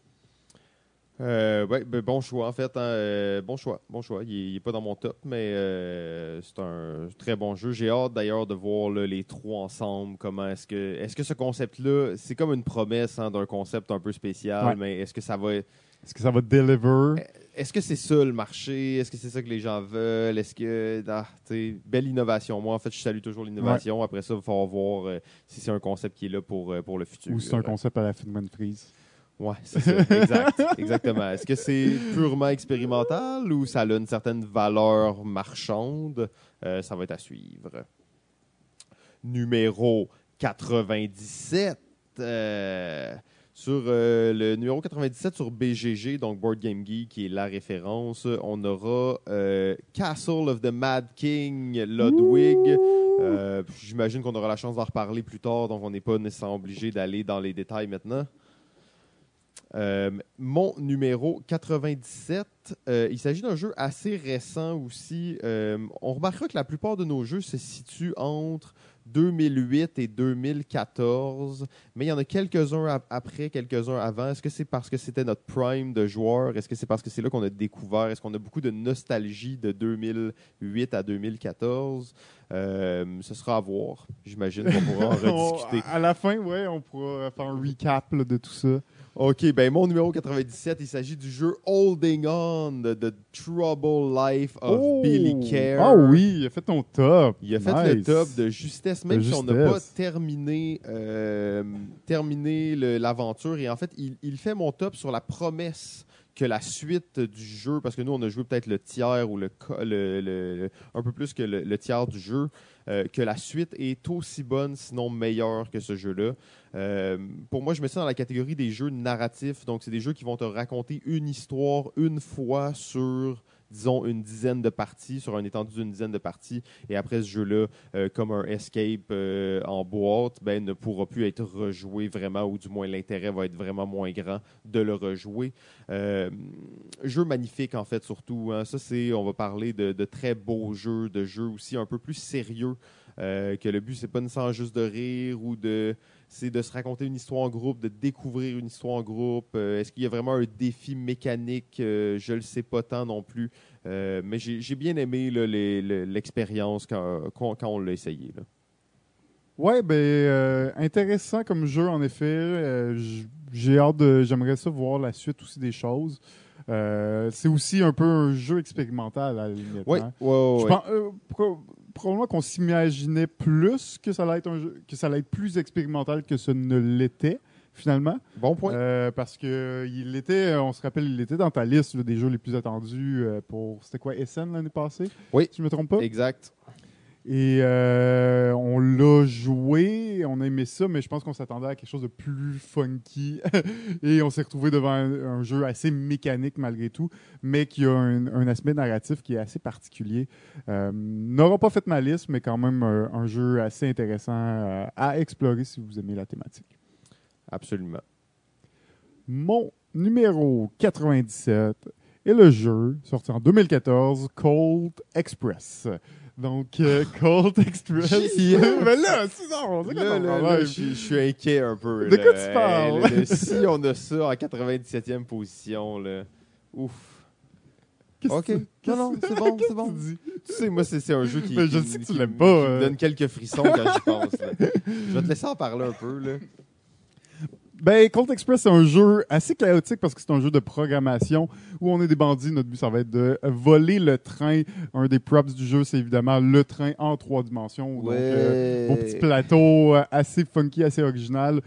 Bon choix en fait. Bon choix. Il n'est pas dans mon top, mais c'est un très bon jeu. J'ai hâte d'ailleurs de voir là, les 3 ensemble. Comment est-ce que ce concept-là, c'est comme une promesse d'un concept un peu spécial, mais est-ce que ça va deliver? Est-ce que c'est ça le marché? Est-ce que c'est ça que les gens veulent? Est-ce que belle innovation? Moi en fait, je salue toujours l'innovation. Après ça, il va falloir voir si c'est un concept qui est là pour le futur. Ou si c'est un concept à la Figment Freeze. Oui, c'est ça. Exactement. Est-ce que c'est purement expérimental ou ça a une certaine valeur marchande? Ça va être à suivre. numéro 97. Sur le numéro 97 sur BGG, donc Board Game Geek, qui est la référence, on aura Castle of the Mad King Ludwig. J'imagine qu'on aura la chance d'en reparler plus tard, donc on n'est pas nécessairement obligé d'aller dans les détails maintenant. Mon numéro 97, il s'agit d'un jeu assez récent aussi. On remarquera que la plupart de nos jeux se situent entre 2008 et 2014, mais il y en a quelques-uns après, quelques-uns avant. Est-ce que c'est parce que c'était notre prime de joueurs? Est-ce que c'est parce que c'est là qu'on a découvert? Est-ce qu'on a beaucoup de nostalgie de 2008 à 2014? Ce sera à voir, j'imagine qu'on pourra en rediscuter. À la fin, ouais, on pourra faire un recap là, de tout ça. OK, ben mon numéro 97, il s'agit du jeu Holding On, The Troubled Life of Billy Kerr. Ah oui, il a fait ton top. Il a fait le top de justesse, même si on n'a pas terminé l'aventure. Et en fait, il fait mon top sur la promesse que la suite du jeu, parce que nous, on a joué peut-être le tiers ou un peu plus que le tiers du jeu, que la suite est aussi bonne, sinon meilleure que ce jeu-là. Pour moi, je mets ça dans la catégorie des jeux narratifs. Donc, c'est des jeux qui vont te raconter une histoire une fois sur, disons, une dizaine de parties, sur un étendue d'une dizaine de parties. Et après ce jeu-là, comme un escape en boîte, ben, ne pourra plus être rejoué vraiment, ou du moins l'intérêt va être vraiment moins grand de le rejouer. Jeu magnifique, en fait, surtout. Hein. Ça, on va parler de très beaux jeux, de jeux aussi un peu plus sérieux. Que le but, c'est pas nécessairement juste de rire ou c'est de se raconter une histoire en groupe, de découvrir une histoire en groupe. Est-ce qu'il y a vraiment un défi mécanique? Je le sais pas tant non plus. Mais j'ai bien aimé là, l'expérience quand on l'a essayé. Là. Ouais, ben intéressant comme jeu, en effet. J'aimerais ça voir la suite aussi des choses. C'est aussi un peu un jeu expérimental à la limite. Oui, hein? ouais. Probablement qu'on s'imaginait plus que ça allait être un jeu, que ça allait être plus expérimental que ce ne l'était finalement. Bon point. Parce que on se rappelle, il était dans ta liste là, des jeux les plus attendus pour, c'était quoi, Essen l'année passée? Oui. Si je me trompe pas. Exact. Et on l'a joué, on a aimé ça, mais je pense qu'on s'attendait à quelque chose de plus funky. Et on s'est retrouvé devant un jeu assez mécanique malgré tout, mais qui a un aspect narratif qui est assez particulier. N'aura pas fait ma liste, mais quand même un jeu assez intéressant à explorer si vous aimez la thématique. Absolument. Mon numéro 97 est le jeu sorti en 2014, Cold Express. Donc, Cold Express. Mais là, c'est ça, je suis inquiet un peu. De quoi tu parles? Si on a ça en 97e position, là. Ouf. OK. Non, c'est bon. Tu sais, moi, c'est un jeu qui me donne quelques frissons quand j'y pense. Là. Je vais te laisser en parler un peu, là. Ben, Cold Express, c'est un jeu assez chaotique parce que c'est un jeu de programmation où on est des bandits. Notre but, ça va être de voler le train. Un des props du jeu, c'est évidemment le train en 3 dimensions. Ouais. Donc, au petit plateau assez funky, assez original.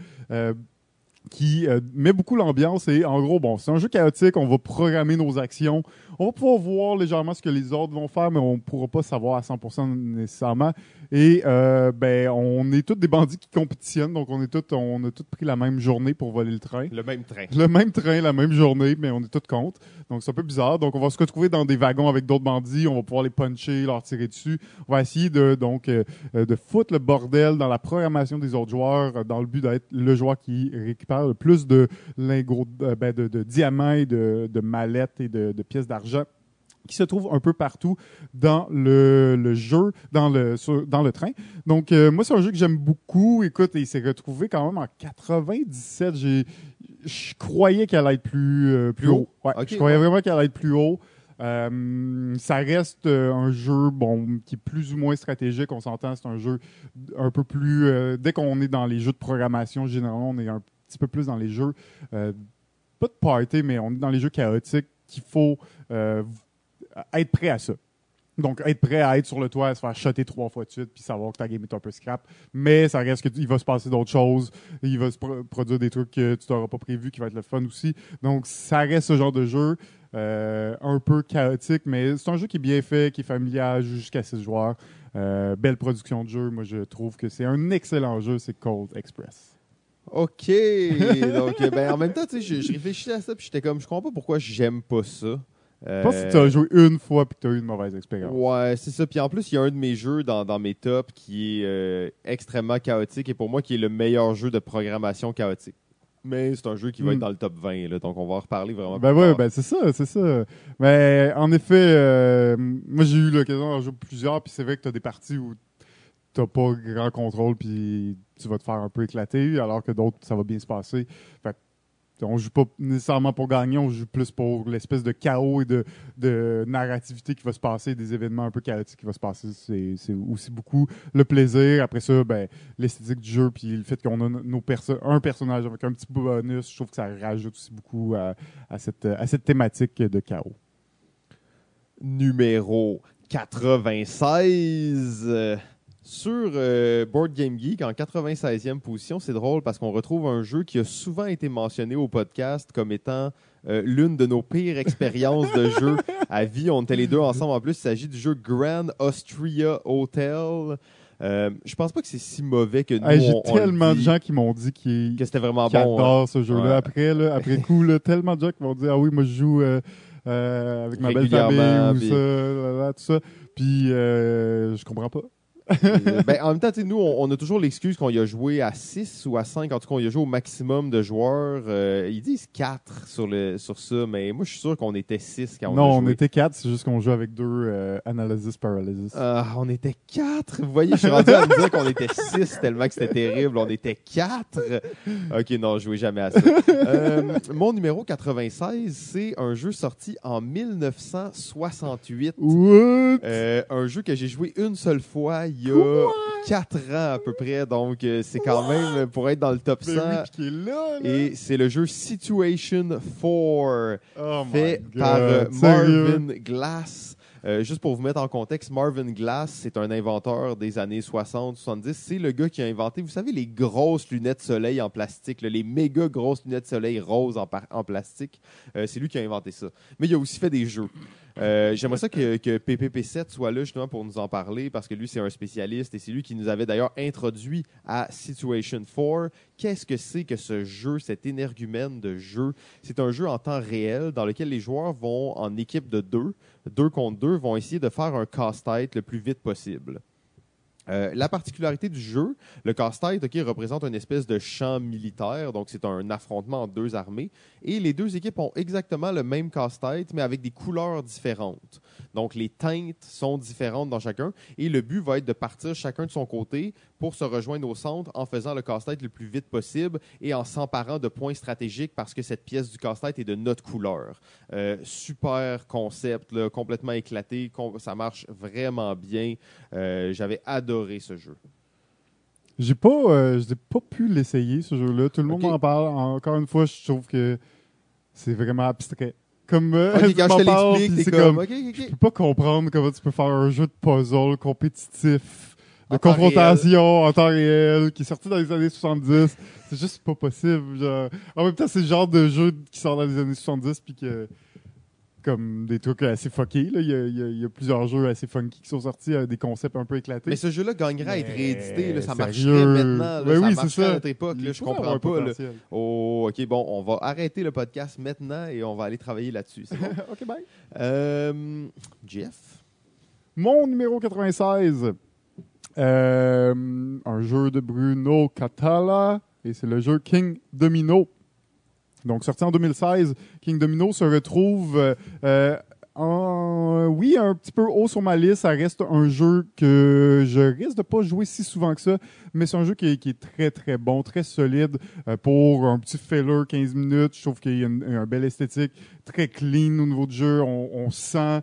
Qui met beaucoup l'ambiance et en gros, bon, c'est un jeu chaotique, on va programmer nos actions, on va pouvoir voir légèrement ce que les autres vont faire, mais on ne pourra pas savoir à 100% nécessairement. Et ben, on est tous des bandits qui compétitionnent, donc on a tous pris la même journée pour voler le train. Le même train, la même journée, mais on est tous contre. Donc c'est un peu bizarre. Donc on va se retrouver dans des wagons avec d'autres bandits, on va pouvoir les puncher, leur tirer dessus. On va essayer de foutre le bordel dans la programmation des autres joueurs, dans le but d'être le joueur qui récupère le plus de lingots, de diamants et de mallettes et de pièces d'argent qui se trouvent un peu partout dans le jeu, dans le train. Donc, moi, c'est un jeu que j'aime beaucoup. Écoute, il s'est retrouvé quand même en 97. Je croyais qu'elle allait être plus haut. Ouais, okay, je croyais vraiment qu'elle allait être plus haut. Ça reste un jeu qui est plus ou moins stratégique, on s'entend, c'est un jeu un peu plus... dès qu'on est dans les jeux de programmation, généralement, on est un petit peu plus dans les jeux, pas de party, mais on est dans les jeux chaotiques qu'il faut être prêt à ça. Donc, être prêt à être sur le toit, à se faire shotter 3 fois de suite, puis savoir que ta game est un peu scrap. Mais ça reste qu'il va se passer d'autres choses. Il va se produire des trucs que tu n'auras pas prévu, qui va être le fun aussi. Donc, ça reste ce genre de jeu un peu chaotique, mais c'est un jeu qui est bien fait, qui est familial, jusqu'à 6 joueurs. Belle production de jeu. Moi, je trouve que c'est un excellent jeu, c'est Cold Express. OK. Donc, en même temps, tu sais, je réfléchissais à ça, puis j'étais comme, je comprends pas pourquoi j'aime pas ça. Je pense que tu as joué une fois et que tu as eu une mauvaise expérience. Ouais, c'est ça. Puis en plus, il y a un de mes jeux dans mes tops qui est extrêmement chaotique et pour moi qui est le meilleur jeu de programmation chaotique. Mais c'est un jeu qui va être dans le top 20, là, donc on va en reparler vraiment plus tard. C'est ça. Mais en effet, moi j'ai eu l'occasion d'en jouer plusieurs, puis c'est vrai que tu as des parties où tu n'as pas grand contrôle, puis tu vas te faire un peu éclater, alors que d'autres, ça va bien se passer. Fait on joue pas nécessairement pour gagner, on joue plus pour l'espèce de chaos et de narrativité qui va se passer, des événements un peu chaotiques qui vont se passer. C'est aussi beaucoup le plaisir. Après ça, l'esthétique du jeu, puis le fait qu'on a un personnage avec un petit bonus, je trouve que ça rajoute aussi beaucoup à cette thématique de chaos. Numéro 96. Sur Board Game Geek, en 96e position, c'est drôle parce qu'on retrouve un jeu qui a souvent été mentionné au podcast comme étant l'une de nos pires expériences de jeu à vie. On était les deux ensemble. En plus, il s'agit du jeu Grand Austria Hotel. Je pense pas que c'est si mauvais que nous, j'ai tellement de gens qui m'ont dit que c'était vraiment qu'ils bon. adorent ce jeu-là. Ouais. Après coup, tellement de gens qui m'ont dit « Ah oui, moi je joue avec ma belle famille » ou tout ça. Puis je comprends pas. En même temps, nous, on a toujours l'excuse qu'on y a joué à 6 ou à 5. En tout cas, on y a joué au maximum de joueurs. Ils disent 4 sur ça, mais moi, je suis sûr qu'on était 6 quand on a joué. Non, on était 4, c'est juste qu'on joue avec 2 Analysis Paralysis. On était 4. Vous voyez, je suis rendu à me dire qu'on était 6 tellement que c'était terrible. On était 4. OK, non, je jouais jamais à ça. Mon numéro 96, c'est un jeu sorti en 1968. What? Un jeu que j'ai joué une seule fois il y a 4 ans à peu près, donc c'est quand même pour être dans le top 100. Qui est là. Et c'est le jeu Situation 4, fait God. par Marvin Glass. Juste pour vous mettre en contexte, Marvin Glass, c'est un inventeur des années 60-70. C'est le gars qui a inventé, vous savez, les grosses lunettes soleil en plastique, les méga grosses lunettes soleil roses en plastique. C'est lui qui a inventé ça. Mais il a aussi fait des jeux. J'aimerais ça que PPP7 soit là justement pour nous en parler parce que lui, c'est un spécialiste et c'est lui qui nous avait d'ailleurs introduit à Situation 4. Qu'est-ce que c'est que ce jeu, cet énergumène de jeu? C'est un jeu en temps réel dans lequel les joueurs vont en équipe de 2 contre 2, vont essayer de faire un casse-tête le plus vite possible. La particularité du jeu, le casse-tête représente une espèce de champ militaire, donc c'est un affrontement entre 2 armées, et les 2 équipes ont exactement le même casse-tête, mais avec des couleurs différentes. Donc les teintes sont différentes dans chacun, et le but va être de partir chacun de son côté pour se rejoindre au centre en faisant le casse-tête le plus vite possible et en s'emparant de points stratégiques parce que cette pièce du casse-tête est de notre couleur. Super concept, là, complètement éclaté, ça marche vraiment bien. J'avais adoré ce jeu. Je n'ai pas pu l'essayer, ce jeu-là. Tout le monde m'en parle. Encore une fois, je trouve que c'est vraiment abstrait. Comme quand je te l'explique, t'es comme je peux pas comprendre comment tu peux faire un jeu de puzzle compétitif, de en confrontation en temps réel, qui est sorti dans les années 70. C'est juste pas possible. Genre. En même temps, c'est le genre de jeu qui sort dans les années 70 puis que comme des trucs assez fuckés. Là. Il y a plusieurs jeux assez funky qui sont sortis, des concepts un peu éclatés. Mais ce jeu-là gagnerait à être réédité. Là, ça sérieux? marcherait maintenant. Là, oui, ça marcherait à notre époque. Là, je comprends pas. Là. Potentiel. Oh, OK, bon, on va arrêter le podcast maintenant et on va aller travailler là-dessus. C'est bon? OK, bye. Jeff? Mon numéro 96. Un jeu de Bruno Catala. Et c'est le jeu King Domino. Donc, sorti en 2016, King Domino se retrouve un petit peu haut sur ma liste. Ça reste un jeu que je risque de pas jouer si souvent que ça, mais c'est un jeu qui est très, très bon, très solide pour un petit filler 15 minutes. Je trouve qu'il y a un bel esthétique, très clean au niveau du jeu. On sent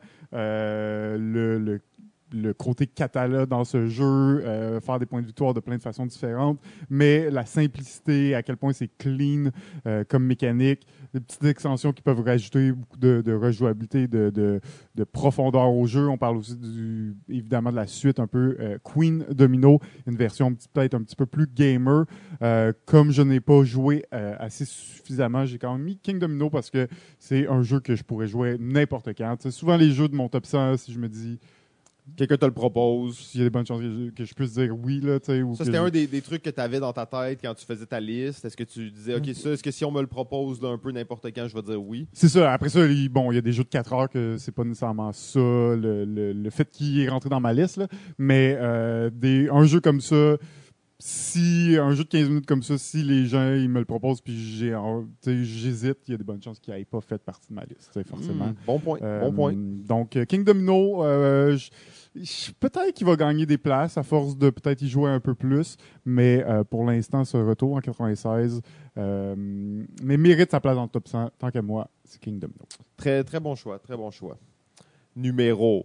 le côté catala dans ce jeu, faire des points de victoire de plein de façons différentes, mais la simplicité, à quel point c'est clean comme mécanique, des petites extensions qui peuvent rajouter beaucoup de rejouabilité, de profondeur au jeu. On parle aussi évidemment de la suite un peu Queen Domino, une version peut-être un petit peu plus gamer. Comme je n'ai pas joué assez suffisamment, j'ai quand même mis King Domino parce que c'est un jeu que je pourrais jouer n'importe quand. T'sais, souvent les jeux de mon top 100, si je me dis Quelqu'un te le propose. Il y a des bonnes chances que je puisse dire oui. Là, ou ça, c'était un des trucs que tu avais dans ta tête quand tu faisais ta liste. Est-ce que tu disais, OK, ça, est-ce que si on me le propose là, un peu n'importe quand, je vais dire oui? C'est ça. Après ça, il y a des jeux de 4 heures que c'est pas nécessairement ça, le fait qu'il est rentré dans ma liste. Là. Mais un jeu comme ça, un jeu de 15 minutes comme ça, si les gens ils me le proposent puis j'hésite, il y a des bonnes chances qu'il n'ait pas fait partie de ma liste, forcément. Bon point. Donc, King Domino, peut-être qu'il va gagner des places à force de peut-être y jouer un peu plus, mais pour l'instant, ce retour en 96, mais mérite sa place dans le top 100, tant qu'à moi, c'est King Domino. Très, très bon choix, très bon choix. Numéro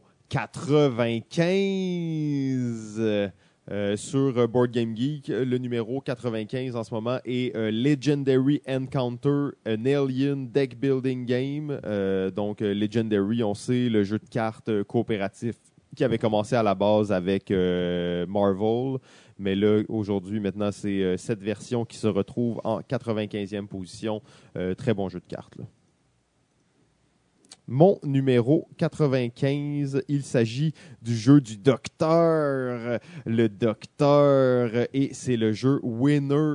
95. Sur Board Game Geek, le numéro 95 en ce moment est Legendary Encounter, an Alien Deck Building Game. Donc, Legendary, on sait, le jeu de cartes coopératif qui avait commencé à la base avec Marvel. Mais là, aujourd'hui, maintenant, c'est cette version qui se retrouve en 95e position. Très bon jeu de cartes, là. Mon numéro 95, il s'agit du jeu du Docteur. Le Docteur, et c'est le jeu Winner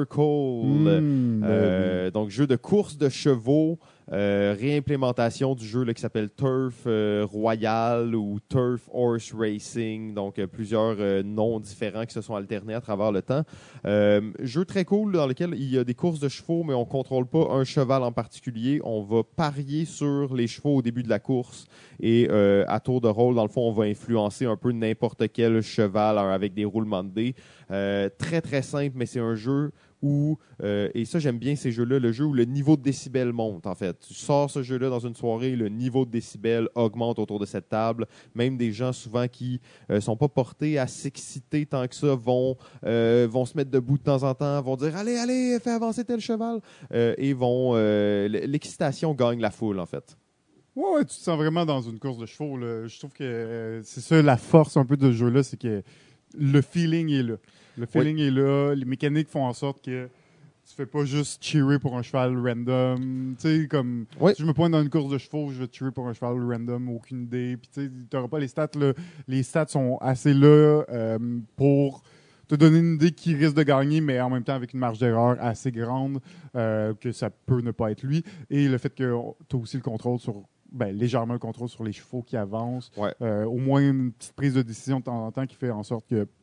Circle. Donc, jeu de course de chevaux. Réimplémentation du jeu là, qui s'appelle Turf Royal ou Turf Horse Racing. Donc, plusieurs noms différents qui se sont alternés à travers le temps. Jeu très cool dans lequel il y a des courses de chevaux, mais on ne contrôle pas un cheval en particulier. On va parier sur les chevaux au début de la course. Et à tour de rôle, dans le fond, on va influencer un peu n'importe quel cheval avec des roulements de dés. Très, très simple, mais c'est un jeu où, et ça j'aime bien ces jeux-là, le jeu où le niveau de décibels monte en fait. Tu sors ce jeu-là dans une soirée, le niveau de décibels augmente autour de cette table. Même des gens souvent qui sont pas portés à s'exciter tant que ça vont se mettre debout de temps en temps, vont dire allez, fais avancer tel cheval et vont l'excitation gagne la foule en fait. Ouais, tu te sens vraiment dans une course de chevaux. Là. Je trouve que c'est ça la force un peu de ce jeu-là, c'est que le feeling est là. Le feeling est là. Les mécaniques font en sorte que tu fais pas juste cheerer pour un cheval random. Tu sais, comme si je me pointe dans une course de chevaux, je vais cheerer pour un cheval random, aucune idée. Puis tu sais, t'auras pas les stats là. Les stats sont assez là pour te donner une idée qui risque de gagner, mais en même temps avec une marge d'erreur assez grande que ça peut ne pas être lui. Et le fait que tu as aussi le contrôle sur légèrement le contrôle sur les chevaux qui avancent. Au moins une petite prise de décision de temps en temps qui fait en sorte que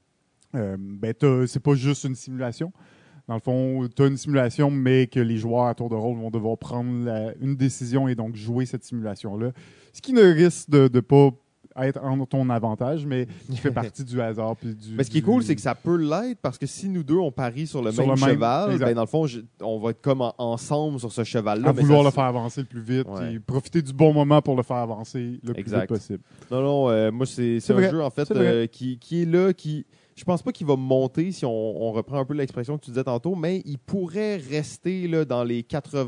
c'est pas juste une simulation. Dans le fond, tu as une simulation, mais que les joueurs à tour de rôle vont devoir prendre une décision et donc jouer cette simulation-là. Ce qui ne risque de pas être en ton avantage, mais qui fait partie du hasard. Mais ce qui est cool, c'est que ça peut l'être parce que si nous deux, on parie sur le même cheval, dans le fond, on va être comme ensemble sur ce cheval-là. À vouloir le faire avancer le plus vite et profiter du bon moment pour le faire avancer le plus vite possible. Non, moi, c'est un jeu, en fait, qui est là, je pense pas qu'il va monter, si on reprend un peu l'expression que tu disais tantôt, mais il pourrait rester là, dans les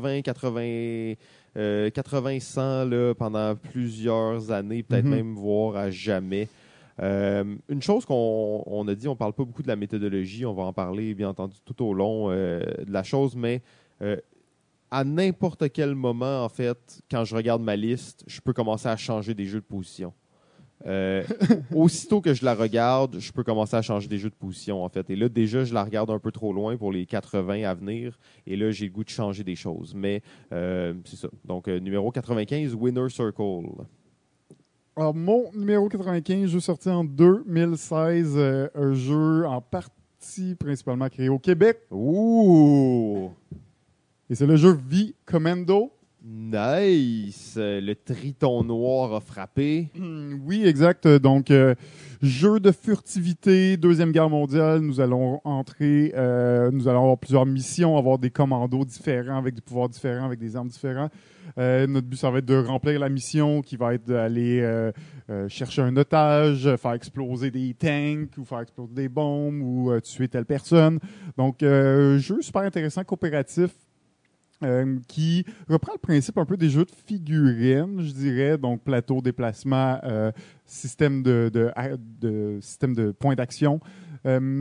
80-100 là, pendant plusieurs années, peut-être même voire à jamais. Une chose qu'on a dit, on parle pas beaucoup de la méthodologie, on va en parler bien entendu tout au long de la chose, mais à n'importe quel moment, en fait, quand je regarde ma liste, je peux commencer à changer des jeux de position. Aussitôt que je la regarde, je peux commencer à changer des jeux de position en fait. Et là, déjà, je la regarde un peu trop loin pour les 80 à venir. Et là, j'ai le goût de changer des choses. Mais c'est ça. Donc, numéro 95, Winner Circle. Alors, mon numéro 95, jeu sorti en 2016, un jeu en partie principalement créé au Québec. Ouh! Et c'est le jeu V-Commando. Nice! Le triton noir a frappé. Oui, exact. Donc, jeu de furtivité, Deuxième Guerre mondiale. Nous allons entrer, nous allons avoir plusieurs missions, avoir des commandos différents, avec des pouvoirs différents, avec des armes différentes. Notre but, ça va être de remplir la mission, qui va être d'aller chercher un otage, faire exploser des tanks, ou faire exploser des bombes, ou tuer telle personne. Donc, jeu super intéressant, coopératif. Qui reprend le principe un peu des jeux de figurines, je dirais, donc plateau, déplacement, système de points d'action.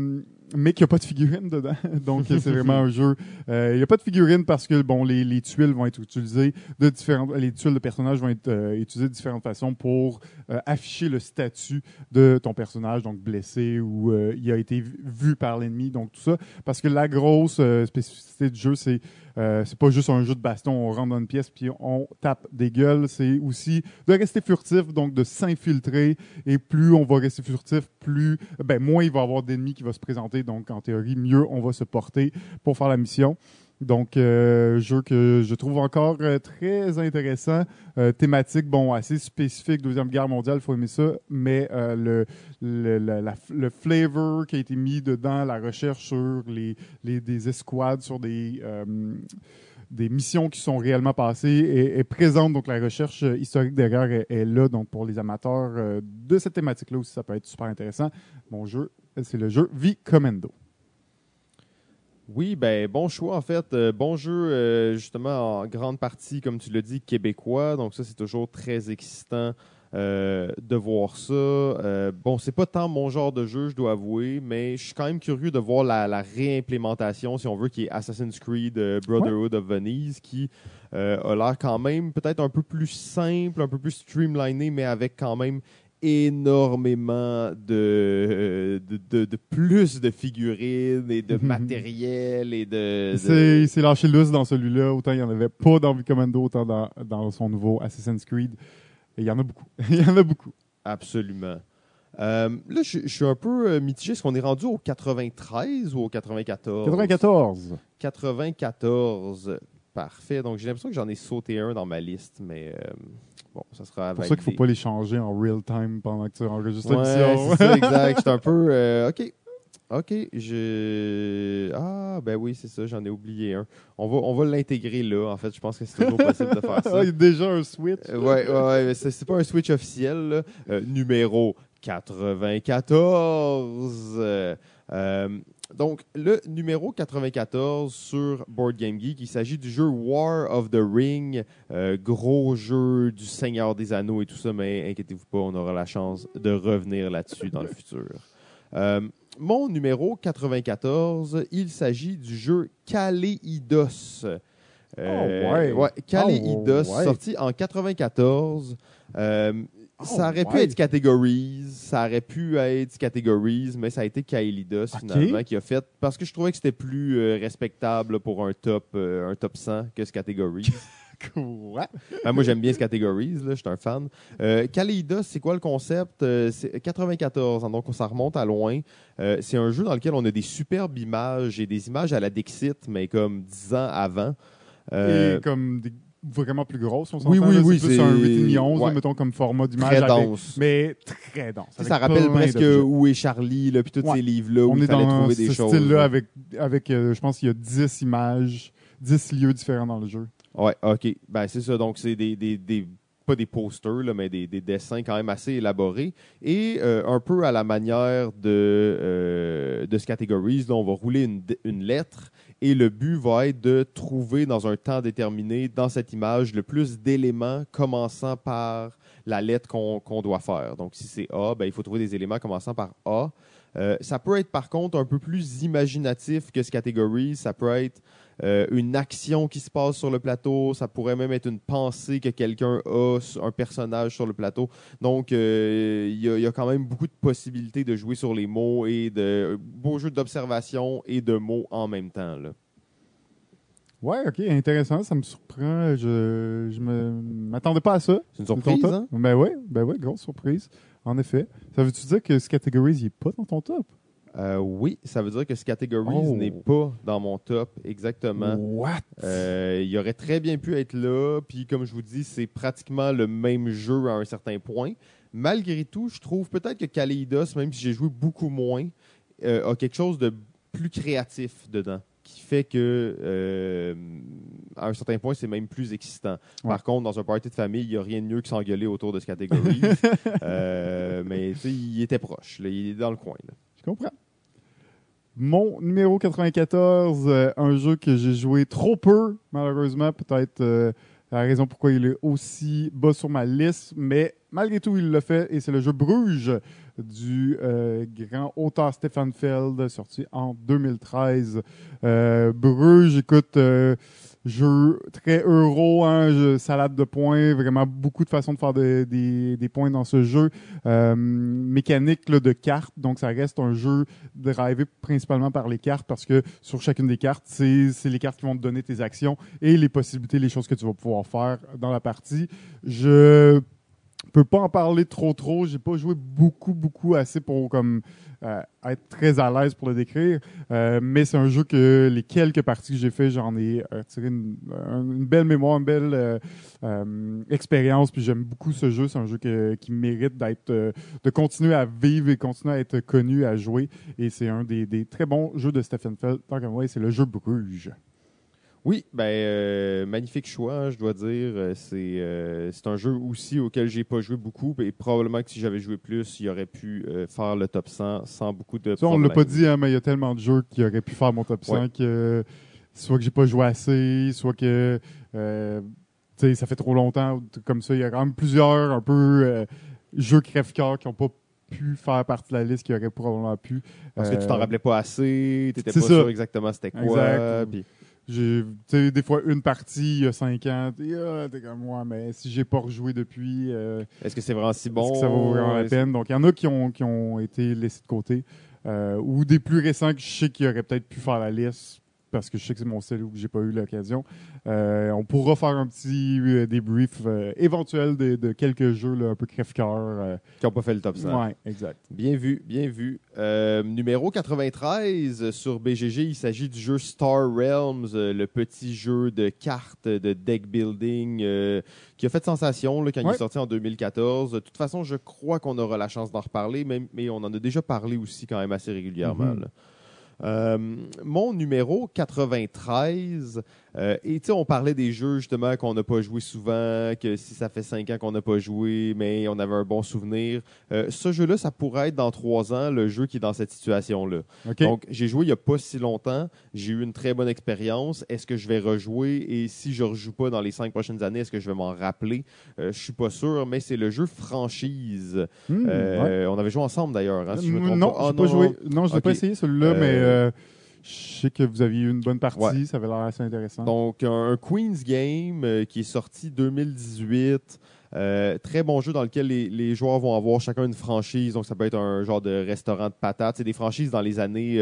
mais qu'il n'y a pas de figurines dedans. Donc, c'est vraiment un jeu. Il n'y a pas de figurines parce que bon, les tuiles vont être utilisées de différentes. Les tuiles de personnages vont être utilisées de différentes façons pour afficher le statut de ton personnage, donc blessé ou il a été vu par l'ennemi. Donc tout ça, parce que la grosse spécificité du jeu, c'est pas juste un jeu de baston, on rentre dans une pièce puis on tape des gueules. C'est aussi de rester furtif, donc de s'infiltrer. Et plus on va rester furtif, moins il va y avoir d'ennemis qui vont se présenter. Donc en théorie, mieux on va se porter pour faire la mission. Donc, jeu que je trouve encore très intéressant, thématique, bon, assez spécifique, Deuxième Guerre mondiale, il faut aimer ça, mais le flavor qui a été mis dedans, la recherche sur des escouades, sur des missions qui sont réellement passées est présente, donc la recherche historique derrière est là, donc pour les amateurs de cette thématique-là aussi, ça peut être super intéressant. Mon jeu, c'est le jeu V-Commando. Oui, ben bon choix en fait. Bon jeu, justement, en grande partie, comme tu l'as dit, québécois. Donc ça, c'est toujours très excitant de voir ça. Bon, c'est pas tant mon genre de jeu, je dois avouer, mais je suis quand même curieux de voir la réimplémentation, si on veut, qui est Assassin's Creed Brotherhood of Venise, qui a l'air quand même peut-être un peu plus simple, un peu plus streamliné, mais avec quand même énormément de plus de figurines et de matériel et Il s'est lâché lousse dans celui-là. Autant il n'y en avait pas dans V-Commando, autant dans son nouveau Assassin's Creed. Et il y en a beaucoup. Il y en a beaucoup. Absolument. Là, je suis un peu mitigé. Est-ce qu'on est rendu au 93 ou au 94? 94. 94. Parfait. Donc, j'ai l'impression que j'en ai sauté un dans ma liste, mais bon, ça sera C'est pour ça qu'il ne faut pas les changer en real time pendant que tu enregistres l'émission. C'est ça, exact. J'étais un peu... OK. Ah, ben oui, c'est ça. J'en ai oublié un. On va l'intégrer là. En fait, je pense que c'est toujours possible de faire ça. Il y a déjà un switch. Ouais, mais c'est pas un switch officiel, là. Numéro 94. Donc, le numéro 94 sur Board Game Geek, il s'agit du jeu War of the Ring, gros jeu du Seigneur des Anneaux et tout ça, mais inquiétez-vous pas, on aura la chance de revenir là-dessus dans le futur. Mon numéro 94, il s'agit du jeu Kaleidos. Kaleidos, sorti en 94. Ça aurait pu être Categories, mais ça a été Kaleidos finalement qui a fait, parce que je trouvais que c'était plus respectable pour un top 100 que ce Categories. Quoi? Moi, j'aime bien ce Categories, là, je suis un fan. Kaleidos, c'est quoi le concept? C'est 94, hein, donc ça remonte à loin. C'est un jeu dans lequel on a des superbes images et des images à la Dixit, mais comme 10 ans avant. Et comme vraiment plus grosses, on s'entend. Oui, c'est plus un 8,5-11, mettons, comme format d'image. Très dense. Mais très dense. Ça rappelle presque Où est Charlie, puis tous ces livres-là où il fallait trouver des choses. On est dans ce style-là avec je pense qu'il y a 10 images, 10 lieux différents dans le jeu. Ouais, OK. Ben, c'est ça. Donc, c'est pas des posters, là, mais des dessins quand même assez élaborés. Et un peu à la manière de ce Categories, là, on va rouler une lettre et le but va être de trouver dans un temps déterminé, dans cette image, le plus d'éléments commençant par la lettre qu'on doit faire. Donc, si c'est A, ben, il faut trouver des éléments commençant par A. Ça peut être, par contre, un peu plus imaginatif que ce Categories. Ça peut être une action qui se passe sur le plateau. Ça pourrait même être une pensée que quelqu'un a, un personnage sur le plateau. Donc, il y a quand même beaucoup de possibilités de jouer sur les mots et de beaux jeux d'observation et de mots en même temps, là. Ouais, OK, intéressant, ça me surprend. Je m'attendais pas à ça. C'est une surprise, hein? Ben ouais, grosse surprise. En effet. Ça veut-tu dire que ce Categories, il n'est pas dans ton top? Oui, ça veut dire que ce Categories n'est pas dans mon top, exactement. What? Il aurait très bien pu être là, puis comme je vous dis, c'est pratiquement le même jeu à un certain point. Malgré tout, je trouve peut-être que Kaleidos, même si j'ai joué beaucoup moins, a quelque chose de plus créatif dedans, qui fait que à un certain point, c'est même plus excitant. Ouais. Par contre, dans un party de famille, il n'y a rien de mieux que s'engueuler autour de ce Categories. Mais il était proche, là, il est dans le coin, là. Je comprends. Mon numéro 94, un jeu que j'ai joué trop peu, malheureusement, peut-être la raison pourquoi il est aussi bas sur ma liste, mais malgré tout, il l'a fait, et c'est le jeu Bruges du grand auteur Stefan Feld, sorti en 2013. Bruges, écoute, jeu très euro, salade de points, vraiment beaucoup de façons de faire des points dans ce jeu. Mécanique là, de cartes, donc ça reste un jeu drivé principalement par les cartes parce que sur chacune des cartes, c'est les cartes qui vont te donner tes actions et les possibilités, les choses que tu vas pouvoir faire dans la partie. Je peux pas en parler trop. J'ai pas joué beaucoup assez pour comme être très à l'aise pour le décrire. Mais c'est un jeu que les quelques parties que j'ai fait, j'en ai tiré une belle mémoire, une belle expérience. Puis j'aime beaucoup ce jeu. C'est un jeu qui mérite de continuer à vivre et continuer à être connu, à jouer. Et c'est un des très bons jeux de Stefan Feld. Tant que moi, c'est le jeu Bruges. Oui, magnifique choix, hein, je dois dire. C'est un jeu aussi auquel j'ai pas joué beaucoup et probablement que si j'avais joué plus, il aurait pu faire le top 100 sans beaucoup de ça, problèmes. On l'a pas dit, hein, mais il y a tellement de jeux qui auraient pu faire mon top 100 que soit que j'ai pas joué assez, soit que ça fait trop longtemps, comme ça. Il y a quand même plusieurs un peu jeux crève-cœur qui n'ont pas pu faire partie de la liste qui auraient probablement pu. Parce que tu t'en rappelais pas assez, tu n'étais pas ça. sûr exactement c'était quoi. Exact. Puis... J'ai, des fois, une partie il y a 5 ans, t'es comme moi, mais si j'ai pas rejoué depuis, est-ce que c'est vraiment si bon? Est-ce que ça vaut vraiment la peine? Donc, il y en a qui ont été laissés de côté, ou des plus récents que je sais qui auraient peut-être pu faire la liste, parce que je sais que c'est mon style ou que j'ai pas eu l'occasion. On pourra faire un petit débrief éventuel de quelques jeux là, un peu crève-cœur. Qui n'ont pas fait le top 100. Oui, exact. Bien vu. Numéro 93 sur BGG, il s'agit du jeu Star Realms, le petit jeu de cartes, de deck building, qui a fait sensation là, quand il est sorti en 2014. De toute façon, je crois qu'on aura la chance d'en reparler, mais on en a déjà parlé aussi quand même assez régulièrement. Là. Mon numéro 93, et tu sais, on parlait des jeux justement qu'on n'a pas joué souvent, que si ça fait 5 ans qu'on n'a pas joué, mais on avait un bon souvenir. Ce jeu-là, ça pourrait être dans 3 ans le jeu qui est dans cette situation-là. Okay. Donc, j'ai joué il n'y a pas si longtemps, j'ai eu une très bonne expérience. Est-ce que je vais rejouer? Et si je ne rejoue pas dans les 5 prochaines années, est-ce que je vais m'en rappeler? Je ne suis pas sûr, mais c'est le jeu Franchise. On avait joué ensemble d'ailleurs. Hein, si je me trompe non, pas. je n'ai pas joué. Non, je n'ai pas essayé celui-là, mais je sais que vous aviez eu une bonne partie. Ça avait l'air assez intéressant. Donc, un Queen's Game qui est sorti 2018. Très bon jeu dans lequel les joueurs vont avoir chacun une franchise. Donc, ça peut être un genre de restaurant de patates. C'est des franchises dans les années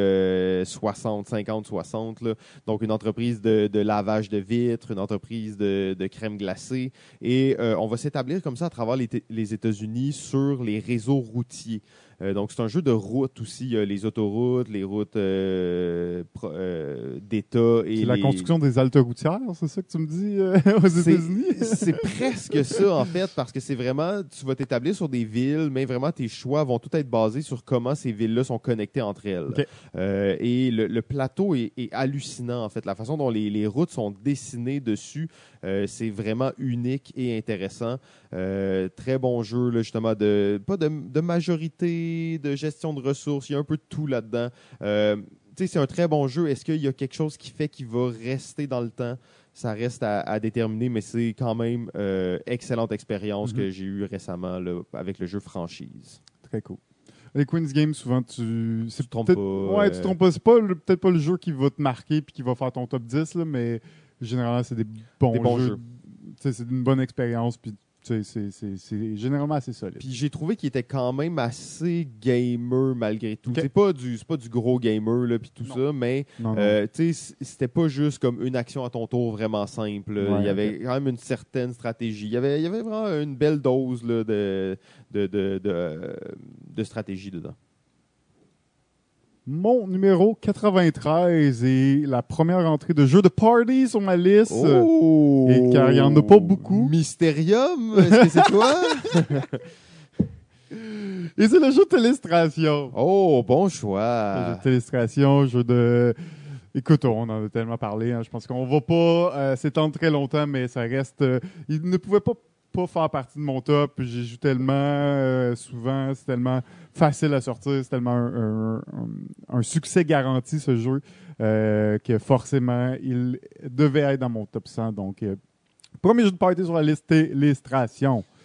50-60. Là. Donc, une entreprise de lavage de vitres, une entreprise de crème glacée. Et on va s'établir comme ça à travers les États-Unis sur les réseaux routiers. Donc, c'est un jeu de route aussi. Il y a les autoroutes, les routes d'État. C'est la construction des haltes routières, c'est ça que tu me dis aux États-Unis? C'est presque ça, en fait, parce que c'est vraiment, tu vas t'établir sur des villes, mais vraiment, tes choix vont tout être basés sur comment ces villes-là sont connectées entre elles. Okay. Et le plateau est hallucinant, en fait. La façon dont les routes sont dessinées dessus, c'est vraiment unique et intéressant. Très bon jeu, là, justement, pas de majorité, de gestion de ressources. Il y a un peu de tout là-dedans. C'est un très bon jeu. Est-ce qu'il y a quelque chose qui fait qu'il va rester dans le temps? Ça reste à déterminer, mais c'est quand même excellente expérience que j'ai eue récemment là, avec le jeu Franchise. Très cool. Les Queen's Games, souvent, tu te trompes pas. Ouais, tu te trompes pas. C'est peut-être pas le jeu qui va te marquer et qui va faire ton top 10, là, mais généralement, c'est des bons jeux. C'est une bonne expérience. Puis c'est généralement assez solide. Puis j'ai trouvé qu'il était quand même assez gamer malgré tout. Okay. C'est pas du gros gamer là puis tout ça, mais c'était pas juste comme une action à ton tour vraiment simple. Il y avait quand même une certaine stratégie. Il y avait vraiment une belle dose là, de stratégie dedans. Mon numéro 93 est la première entrée de jeu de party sur ma liste. Oh! Et car il n'y en a pas beaucoup. Mysterium, est-ce que c'est toi? Et c'est le jeu de Télestration. Oh, bon choix. Le jeu de Télestration, jeu de... Écoute, on en a tellement parlé. Hein. Je pense qu'on va pas s'étendre très longtemps, mais ça reste... il ne pouvait pas faire partie de mon top. J'y joue tellement souvent, c'est tellement facile à sortir, c'est tellement un succès garanti ce jeu que forcément il devait être dans mon top 100. Donc, premier jeu de party sur la liste, Télestration.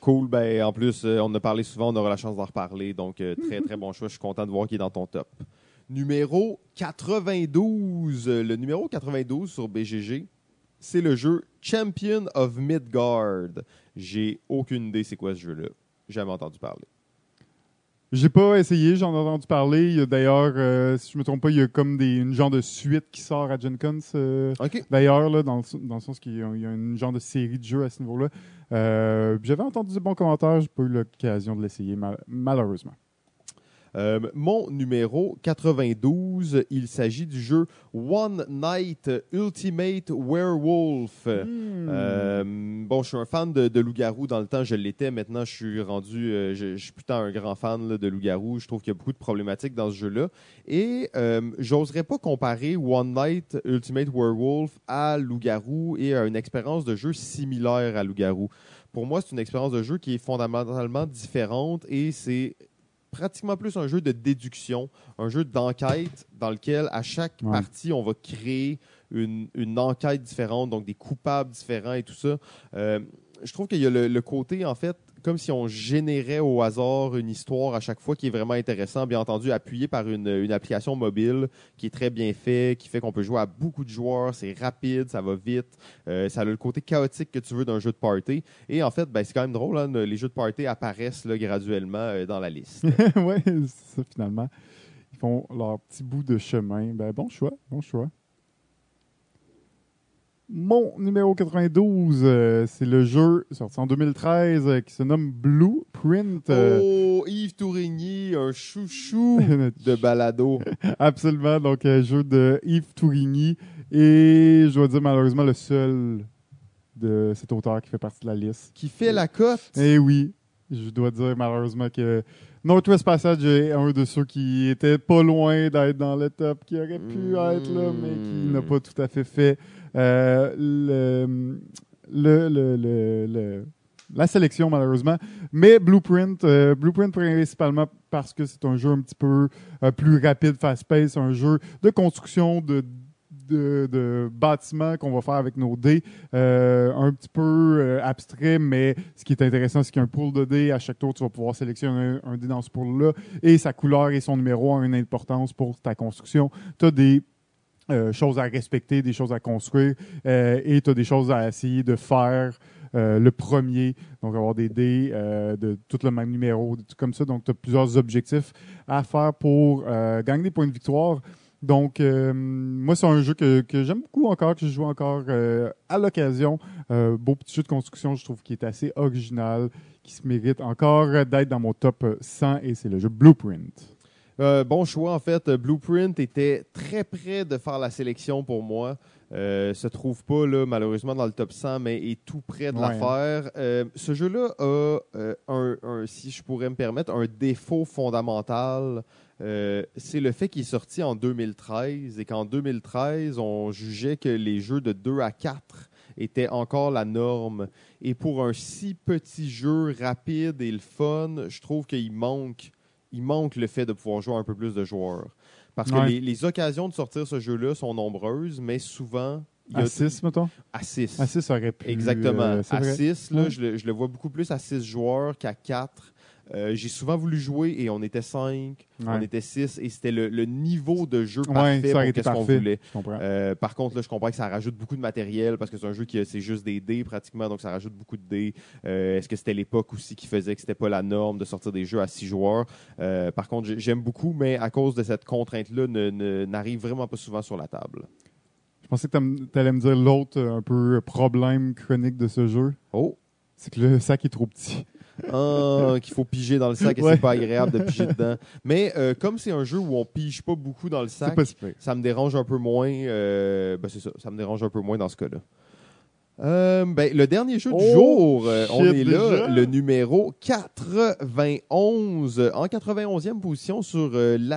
Cool. Ben, en plus, on en a parlé souvent, on aura la chance d'en reparler. Donc, très, très bon choix. Je suis content de voir qu'il est dans ton top. Numéro 92. Le numéro 92 sur BGG, c'est le jeu Champion of Midgard. J'ai aucune idée c'est quoi ce jeu-là. Jamais entendu parler. J'ai pas essayé, j'en ai entendu parler. Il y a d'ailleurs, si je me trompe pas, il y a comme une genre de suite qui sort à Gen Con. OK. D'ailleurs, là, dans le sens qu'il y a une genre de série de jeux à ce niveau-là. J'avais entendu de bons commentaires, j'ai pas eu l'occasion de l'essayer, malheureusement. Mon numéro 92, il s'agit du jeu One Night Ultimate Werewolf. Bon, je suis un fan de loup-garou. Dans le temps, je l'étais. Maintenant, je suis rendu... je suis plutôt un grand fan là, de loup-garou. Je trouve qu'il y a beaucoup de problématiques dans ce jeu-là. Et j'oserais pas comparer One Night Ultimate Werewolf à loup-garou et à une expérience de jeu similaire à loup-garou. Pour moi, c'est une expérience de jeu qui est fondamentalement différente et c'est pratiquement plus un jeu de déduction, un jeu d'enquête dans lequel, à chaque partie, on va créer une enquête différente, donc des coupables différents et tout ça. Je trouve qu'il y a le côté, en fait, comme si on générait au hasard une histoire à chaque fois qui est vraiment intéressant, bien entendu, appuyé par une application mobile qui est très bien fait, qui fait qu'on peut jouer à beaucoup de joueurs, c'est rapide, ça va vite, ça a le côté chaotique que tu veux d'un jeu de party. Et en fait, ben, c'est quand même drôle, hein, les jeux de party apparaissent là, graduellement dans la liste. Oui, c'est ça finalement. Ils font leur petit bout de chemin. Ben, bon choix, bon choix. Mon numéro 92, c'est le jeu sorti en 2013 qui se nomme Blueprint. Oh, Yves Tourigny, un chouchou de balado. Absolument, donc jeu de Yves Tourigny. Et je dois dire malheureusement le seul de cet auteur qui fait partie de la liste. Qui fait la cote. Eh oui, je dois dire malheureusement que Northwest Passage est un de ceux qui était pas loin d'être dans le top, qui aurait pu être là, mais qui n'a pas tout à fait la sélection malheureusement. Mais Blueprint principalement parce que c'est un jeu un petit peu plus rapide, fast-paced, un jeu de construction de bâtiments qu'on va faire avec nos dés, un petit peu abstrait, mais ce qui est intéressant, c'est qu'il y a un pool de dés. À chaque tour, tu vas pouvoir sélectionner un dé dans ce pool-là, et sa couleur et son numéro ont une importance pour ta construction. Tu as des choses à respecter, des choses à construire, et tu as des choses à essayer de faire le premier, donc avoir des dés de tout le même numéro, des trucs comme ça. Donc, tu as plusieurs objectifs à faire pour gagner des points de victoire. Donc, moi, c'est un jeu que j'aime beaucoup encore, que je joue encore à l'occasion. Beau petit jeu de construction, je trouve qu'il est assez original, qui se mérite encore d'être dans mon top 100, et c'est le jeu Blueprint. Bon choix, en fait. Blueprint était très près de faire la sélection pour moi. Se trouve pas, là, malheureusement, dans le top 100, mais est tout près de la faire. Ce jeu-là a, si je pourrais me permettre, un défaut fondamental. C'est le fait qu'il est sorti en 2013 et qu'en 2013, on jugeait que les jeux de 2 à 4 étaient encore la norme. Et pour un si petit jeu rapide et le fun, je trouve qu'il manque le fait de pouvoir jouer un peu plus de joueurs. Parce que les occasions de sortir ce jeu-là sont nombreuses, mais souvent... À 6, mettons? À 6. À 6, ça aurait pu... Exactement. À 6, là, ouais. je le vois beaucoup plus à 6 joueurs qu'à 4. J'ai souvent voulu jouer et on était 5, on était 6 et c'était le niveau de jeu parfait pour qu'est-ce qu'on voulait. Par contre, là, je comprends que ça rajoute beaucoup de matériel parce que c'est un jeu qui c'est juste des dés pratiquement, donc ça rajoute beaucoup de dés. Est-ce que c'était l'époque aussi qui faisait que c'était pas la norme de sortir des jeux à 6 joueurs? Par contre, j'aime beaucoup, mais à cause de cette contrainte-là, n'arrive vraiment pas souvent sur la table. Je pensais que tu allais me dire l'autre un peu problème chronique de ce jeu. Oh! C'est que le sac est trop petit. Qu'il faut piger dans le sac et c'est pas agréable de piger dedans. Mais comme c'est un jeu où on pige pas beaucoup dans le sac, ça me dérange un peu moins. C'est ça, ça me dérange un peu moins dans ce cas-là. Le dernier jeu du jour, on est là, le numéro 91, en 91e position sur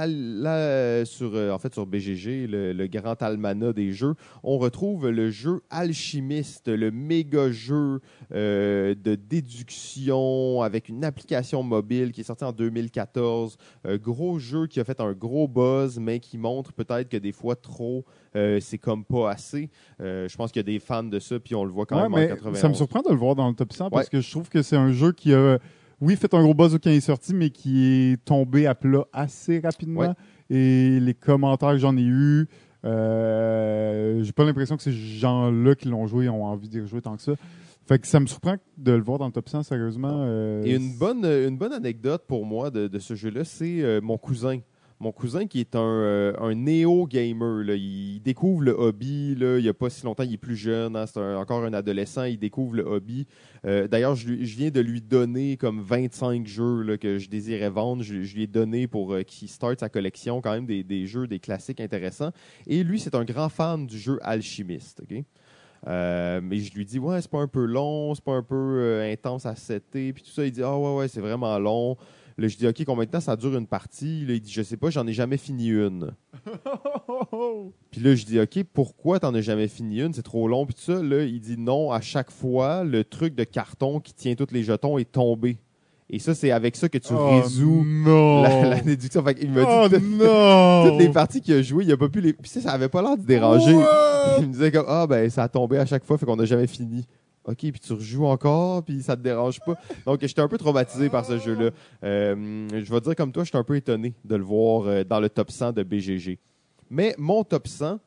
sur BGG, le grand almanach des jeux. On retrouve le jeu Alchimiste, le méga jeu de déduction avec une application mobile qui est sorti en 2014. Gros jeu qui a fait un gros buzz, mais qui montre peut-être que des fois trop, c'est comme pas assez. Je pense qu'il y a des fans de ça, puis on le le voit quand même en 91. Ça me surprend de le voir dans le top 100 parce que je trouve que c'est un jeu qui a, oui, fait un gros buzz quand il est sorti, mais qui est tombé à plat assez rapidement. Ouais. Et les commentaires que j'en ai eus, j'ai pas l'impression que ces gens-là qui l'ont joué ont envie d'y rejouer tant que ça. Fait que ça me surprend de le voir dans le top 100, sérieusement. Et une bonne anecdote pour moi de ce jeu-là, c'est mon cousin. Mon cousin qui est un néo-gamer, là. Il découvre le hobby, là, il n'y a pas si longtemps, il est plus jeune, hein, c'est encore un adolescent, il découvre le hobby. D'ailleurs, je viens de lui donner comme 25 jeux là, que je désirais vendre. Je lui ai donné pour qu'il starte sa collection, quand même des jeux, des classiques intéressants. Et lui, c'est un grand fan du jeu Alchimiste. Okay? Mais je lui dis, ouais, c'est pas un peu long, c'est pas un peu intense à setter, puis tout ça. Il dit, ouais, c'est vraiment long. Là, je dis, OK, combien de temps ça dure une partie? Là, il dit, je sais pas, j'en ai jamais fini une. Puis là, je dis, OK, pourquoi t'en as jamais fini une? C'est trop long, puis tout ça. Là, il dit, non, à chaque fois, le truc de carton qui tient tous les jetons est tombé. Et ça, c'est avec ça que tu résous la déduction. Fait il m'a dit toutes les parties qu'il a jouées, il a pas pu les. Puis ça avait pas l'air de déranger. Il me disait comme, ça a tombé à chaque fois, fait qu'on n'a jamais fini. OK, puis tu rejoues encore, puis ça te dérange pas. Donc, j'étais un peu traumatisé par ce jeu-là. Je vais dire comme toi, j'étais un peu étonné de le voir dans le top 100 de BGG. Mais mon top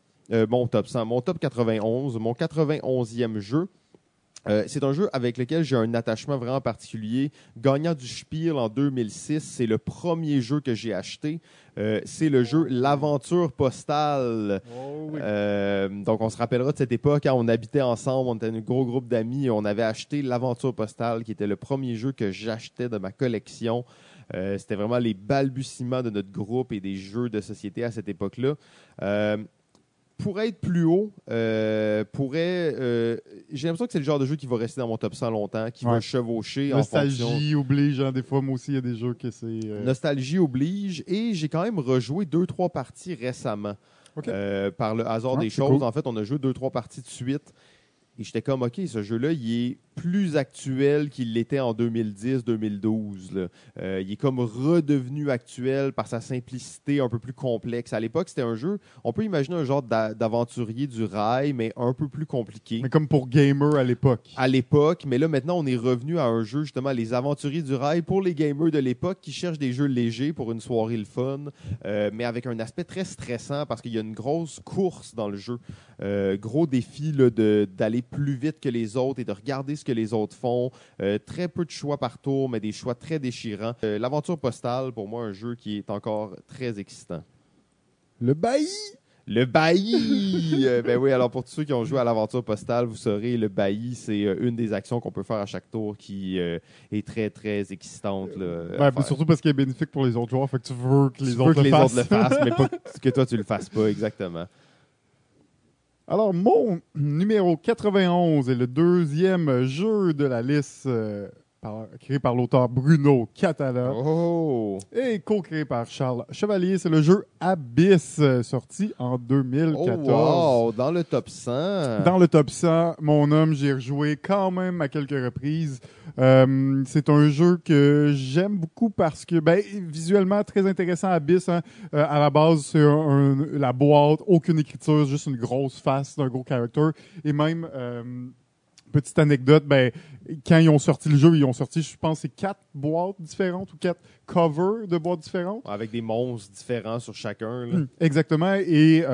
91, mon 91e jeu, c'est un jeu avec lequel j'ai un attachement vraiment particulier. Gagnant du Spiel en 2006, c'est le premier jeu que j'ai acheté. C'est le jeu L'Aventure Postale. Oh oui. Donc, on se rappellera de cette époque quand on habitait ensemble, on était un gros groupe d'amis et on avait acheté L'Aventure Postale, qui était le premier jeu que j'achetais de ma collection. C'était vraiment les balbutiements de notre groupe et des jeux de société à cette époque-là. Pourrait être plus haut, j'ai l'impression que c'est le genre de jeu qui va rester dans mon top 100 longtemps, qui va chevaucher Nostalgie en fonction... Nostalgie oblige, hein, des fois, moi aussi, il y a des jeux que c'est... Nostalgie oblige, et j'ai quand même rejoué 2-3 parties récemment. Okay. Par le hasard des choses. Cool. En fait, on a joué 2-3 parties de suite. Et j'étais comme, OK, ce jeu-là, il est plus actuel qu'il l'était en 2010-2012. Il est comme redevenu actuel par sa simplicité un peu plus complexe. À l'époque, c'était un jeu, on peut imaginer un genre d'aventurier du rail, mais un peu plus compliqué. Mais comme pour gamer à l'époque. À l'époque, mais là, maintenant, on est revenu à un jeu, justement, les aventuriers du rail pour les gamers de l'époque qui cherchent des jeux légers pour une soirée le fun, mais avec un aspect très stressant parce qu'il y a une grosse course dans le jeu. Gros défi là, d'aller plus vite que les autres et de regarder ce que les autres font. Très peu de choix par tour, mais des choix très déchirants. L'Aventure Postale, pour moi, un jeu qui est encore très excitant. Le bailli! Le bailli! Ben oui, alors pour tous ceux qui ont joué à l'Aventure Postale, vous saurez, le bailli, c'est une des actions qu'on peut faire à chaque tour qui est très, très excitante. Surtout parce qu'elle est bénéfique pour les autres joueurs, fait que tu veux que les autres le fassent, mais pas que toi, tu le fasses pas, exactement. Alors, mon numéro 91 est le deuxième jeu de la liste créé par l'auteur Bruno Catala et co-créé par Charles Chevalier. C'est le jeu Abyss, sorti en 2014. Oh wow, dans le top 100. Dans le top 100, mon homme, j'ai rejoué quand même à quelques reprises. C'est un jeu que j'aime beaucoup parce que, visuellement, très intéressant, Abyss. Hein. À la base, c'est la boîte, aucune écriture, juste une grosse face d'un gros character. Et même... petite anecdote, quand ils ont sorti le jeu, ils ont sorti, je pense, 4 boîtes différentes ou 4 covers de boîtes différentes. Avec des monstres différents sur chacun. Là. Exactement. Et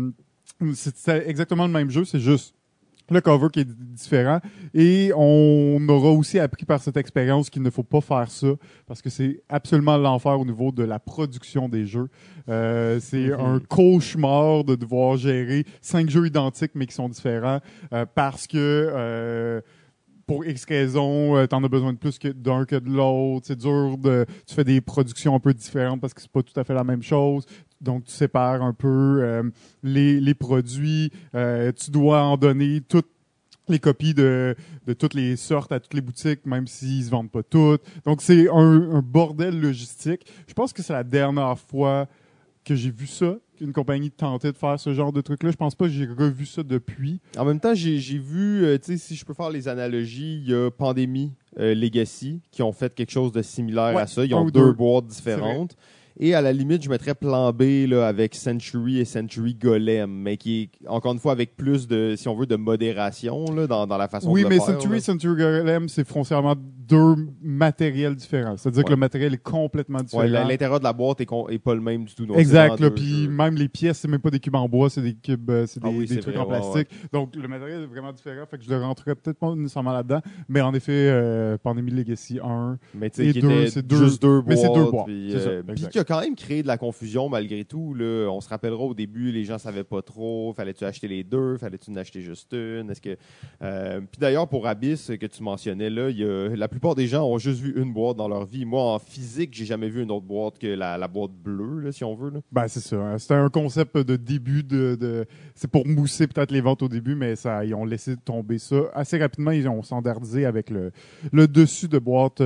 c'est exactement le même jeu, c'est juste le cover qui est différent. Et on aura aussi appris par cette expérience qu'il ne faut pas faire ça parce que c'est absolument l'enfer au niveau de la production des jeux. C'est un cauchemar de devoir gérer 5 jeux identiques mais qui sont différents parce que... pour X raisons, t'en as besoin de plus d'un que de l'autre. C'est dur tu fais des productions un peu différentes parce que c'est pas tout à fait la même chose. Donc, tu sépares un peu les produits. Tu dois en donner toutes les copies de toutes les sortes à toutes les boutiques, même s'ils se vendent pas toutes. Donc, c'est un bordel logistique. Je pense que c'est la dernière fois que j'ai vu ça, qu'une compagnie tentait de faire ce genre de truc-là. Je pense pas que j'ai revu ça depuis. En même temps, j'ai vu, si je peux faire les analogies, il y a Pandémie, Legacy, qui ont fait quelque chose de similaire à ça. Ils ont 2 boîtes différentes. Et à la limite, je mettrais plan B là, avec Century et Century Golem, mais qui est, encore une fois, avec plus de, si on veut, de modération là, dans la façon de le faire. Oui, mais Century Golem, c'est foncièrement deux matériels différents. C'est-à-dire que le matériel est complètement différent. Ouais, l'intérieur de la boîte est pas le même du tout. Donc exact. Puis même les pièces, c'est même pas des cubes en bois, c'est des cubes, c'est des trucs en plastique. Ouais. Donc le matériel est vraiment différent. Fait que je le rentrerais peut-être pas nécessairement là-dedans. Mais en effet, Pandémie Legacy 1 et 2, c'est juste deux boîtes. Mais c'est deux boîtes. Puis qui a quand même créé de la confusion malgré tout. Là. On se rappellera au début, les gens savaient pas trop. Fallait-tu acheter les deux? Fallait-tu en acheter juste une? Est-ce que puis d'ailleurs, pour Abyss, que tu mentionnais, là, la plupart des gens ont juste vu une boîte dans leur vie. Moi, en physique, j'ai jamais vu une autre boîte que la boîte bleue, là, si on veut. Là. Ben, c'est ça. Hein. C'était un concept de début c'est pour mousser peut-être les ventes au début, mais ils ont laissé tomber ça. Assez rapidement, ils ont standardisé avec le dessus de boîte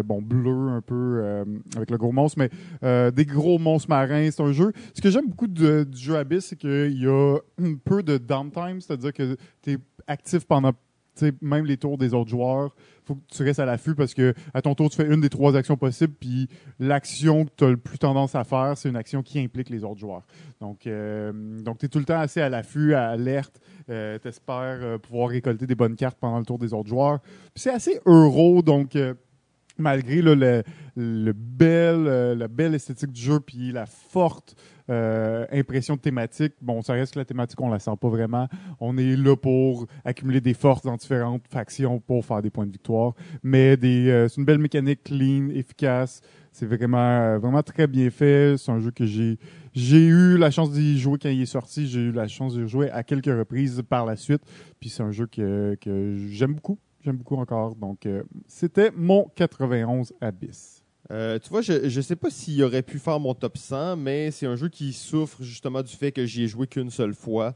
bleu un peu avec le gros monstre, mais des gros monstres marins. C'est un jeu. Ce que j'aime beaucoup du jeu Abyss, c'est qu'il y a un peu de downtime, c'est-à-dire que tu es actif pendant même les tours des autres joueurs. Faut que tu restes à l'affût parce que à ton tour, tu fais une des 3 actions possibles, puis l'action que tu as le plus tendance à faire, c'est une action qui implique les autres joueurs. Donc tu es tout le temps assez à l'affût, à alerte. Tu espères pouvoir récolter des bonnes cartes pendant le tour des autres joueurs. Puis c'est assez euro, donc malgré là, la belle esthétique du jeu puis la forte impression de thématique, bon, ça reste que la thématique, on la sent pas vraiment. On est là pour accumuler des forces dans différentes factions pour faire des points de victoire. Mais c'est une belle mécanique clean, efficace. C'est vraiment très bien fait. C'est un jeu que j'ai eu la chance d'y jouer quand il est sorti. J'ai eu la chance d'y jouer à quelques reprises par la suite. Puis c'est un jeu que j'aime beaucoup. J'aime beaucoup encore. Donc, c'était mon 91 Abyss. Tu vois, je sais pas s'il aurait pu faire mon top 100, mais c'est un jeu qui souffre justement du fait que j'y ai joué qu'une seule fois.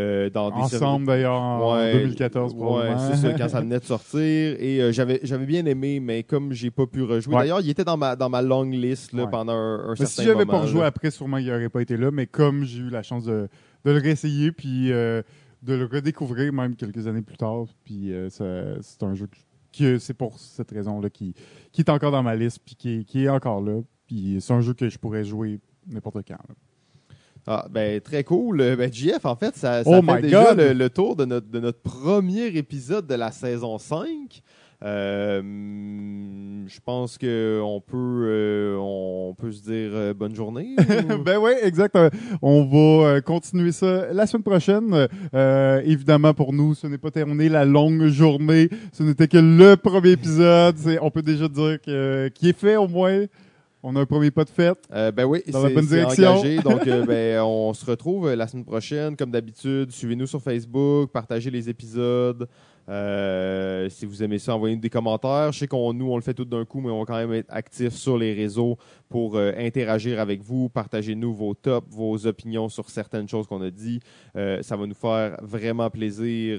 Ensemble d'ailleurs en 2014 probablement. Ouais, c'est ça, quand ça venait de sortir. Et j'avais bien aimé, mais comme j'ai pas pu rejouer. Ouais. D'ailleurs, il était dans ma long list là, pendant un certain moment. Si j'avais pas rejoué après, sûrement il aurait pas été là. Mais comme j'ai eu la chance de le réessayer, puis de le redécouvrir même quelques années plus tard, puis c'est un jeu que c'est pour cette raison-là qui est encore dans ma liste, puis qui est encore là. Puis c'est un jeu que je pourrais jouer n'importe quand. Là. Ah, ben, très cool. Ben, JF, en fait, ça fait déjà le tour de notre premier épisode de la saison 5. Je pense qu'on peut se dire bonne journée. Ben oui, exact. On va continuer ça la semaine prochaine. Évidemment, pour nous, ce n'est pas terminé la longue journée. Ce n'était que le premier épisode. On peut déjà dire qu'il est fait au moins. On a un premier pas de fête. Ben oui, dans la bonne direction. Engagé. Donc, on se retrouve la semaine prochaine, comme d'habitude. Suivez-nous sur Facebook, partagez les épisodes. Si vous aimez ça, envoyez-nous des commentaires. Je sais qu'on le fait tout d'un coup, mais on va quand même être actifs sur les réseaux pour interagir avec vous. Partagez-nous vos tops, vos opinions sur certaines choses qu'on a dit. Ça va nous faire vraiment plaisir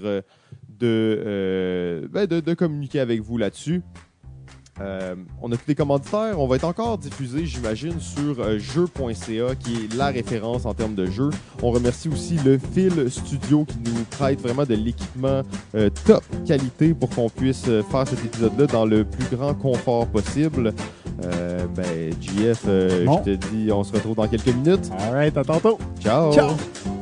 de communiquer avec vous là-dessus. On a tous les commanditaires. On va être encore diffusé, j'imagine, sur jeux.ca, qui est la référence en termes de jeux. On remercie aussi le Fil Studio qui nous prête vraiment de l'équipement top qualité pour qu'on puisse faire cet épisode-là dans le plus grand confort possible. JF, je te dis, on se retrouve dans quelques minutes. All right, à tantôt. Ciao. Ciao.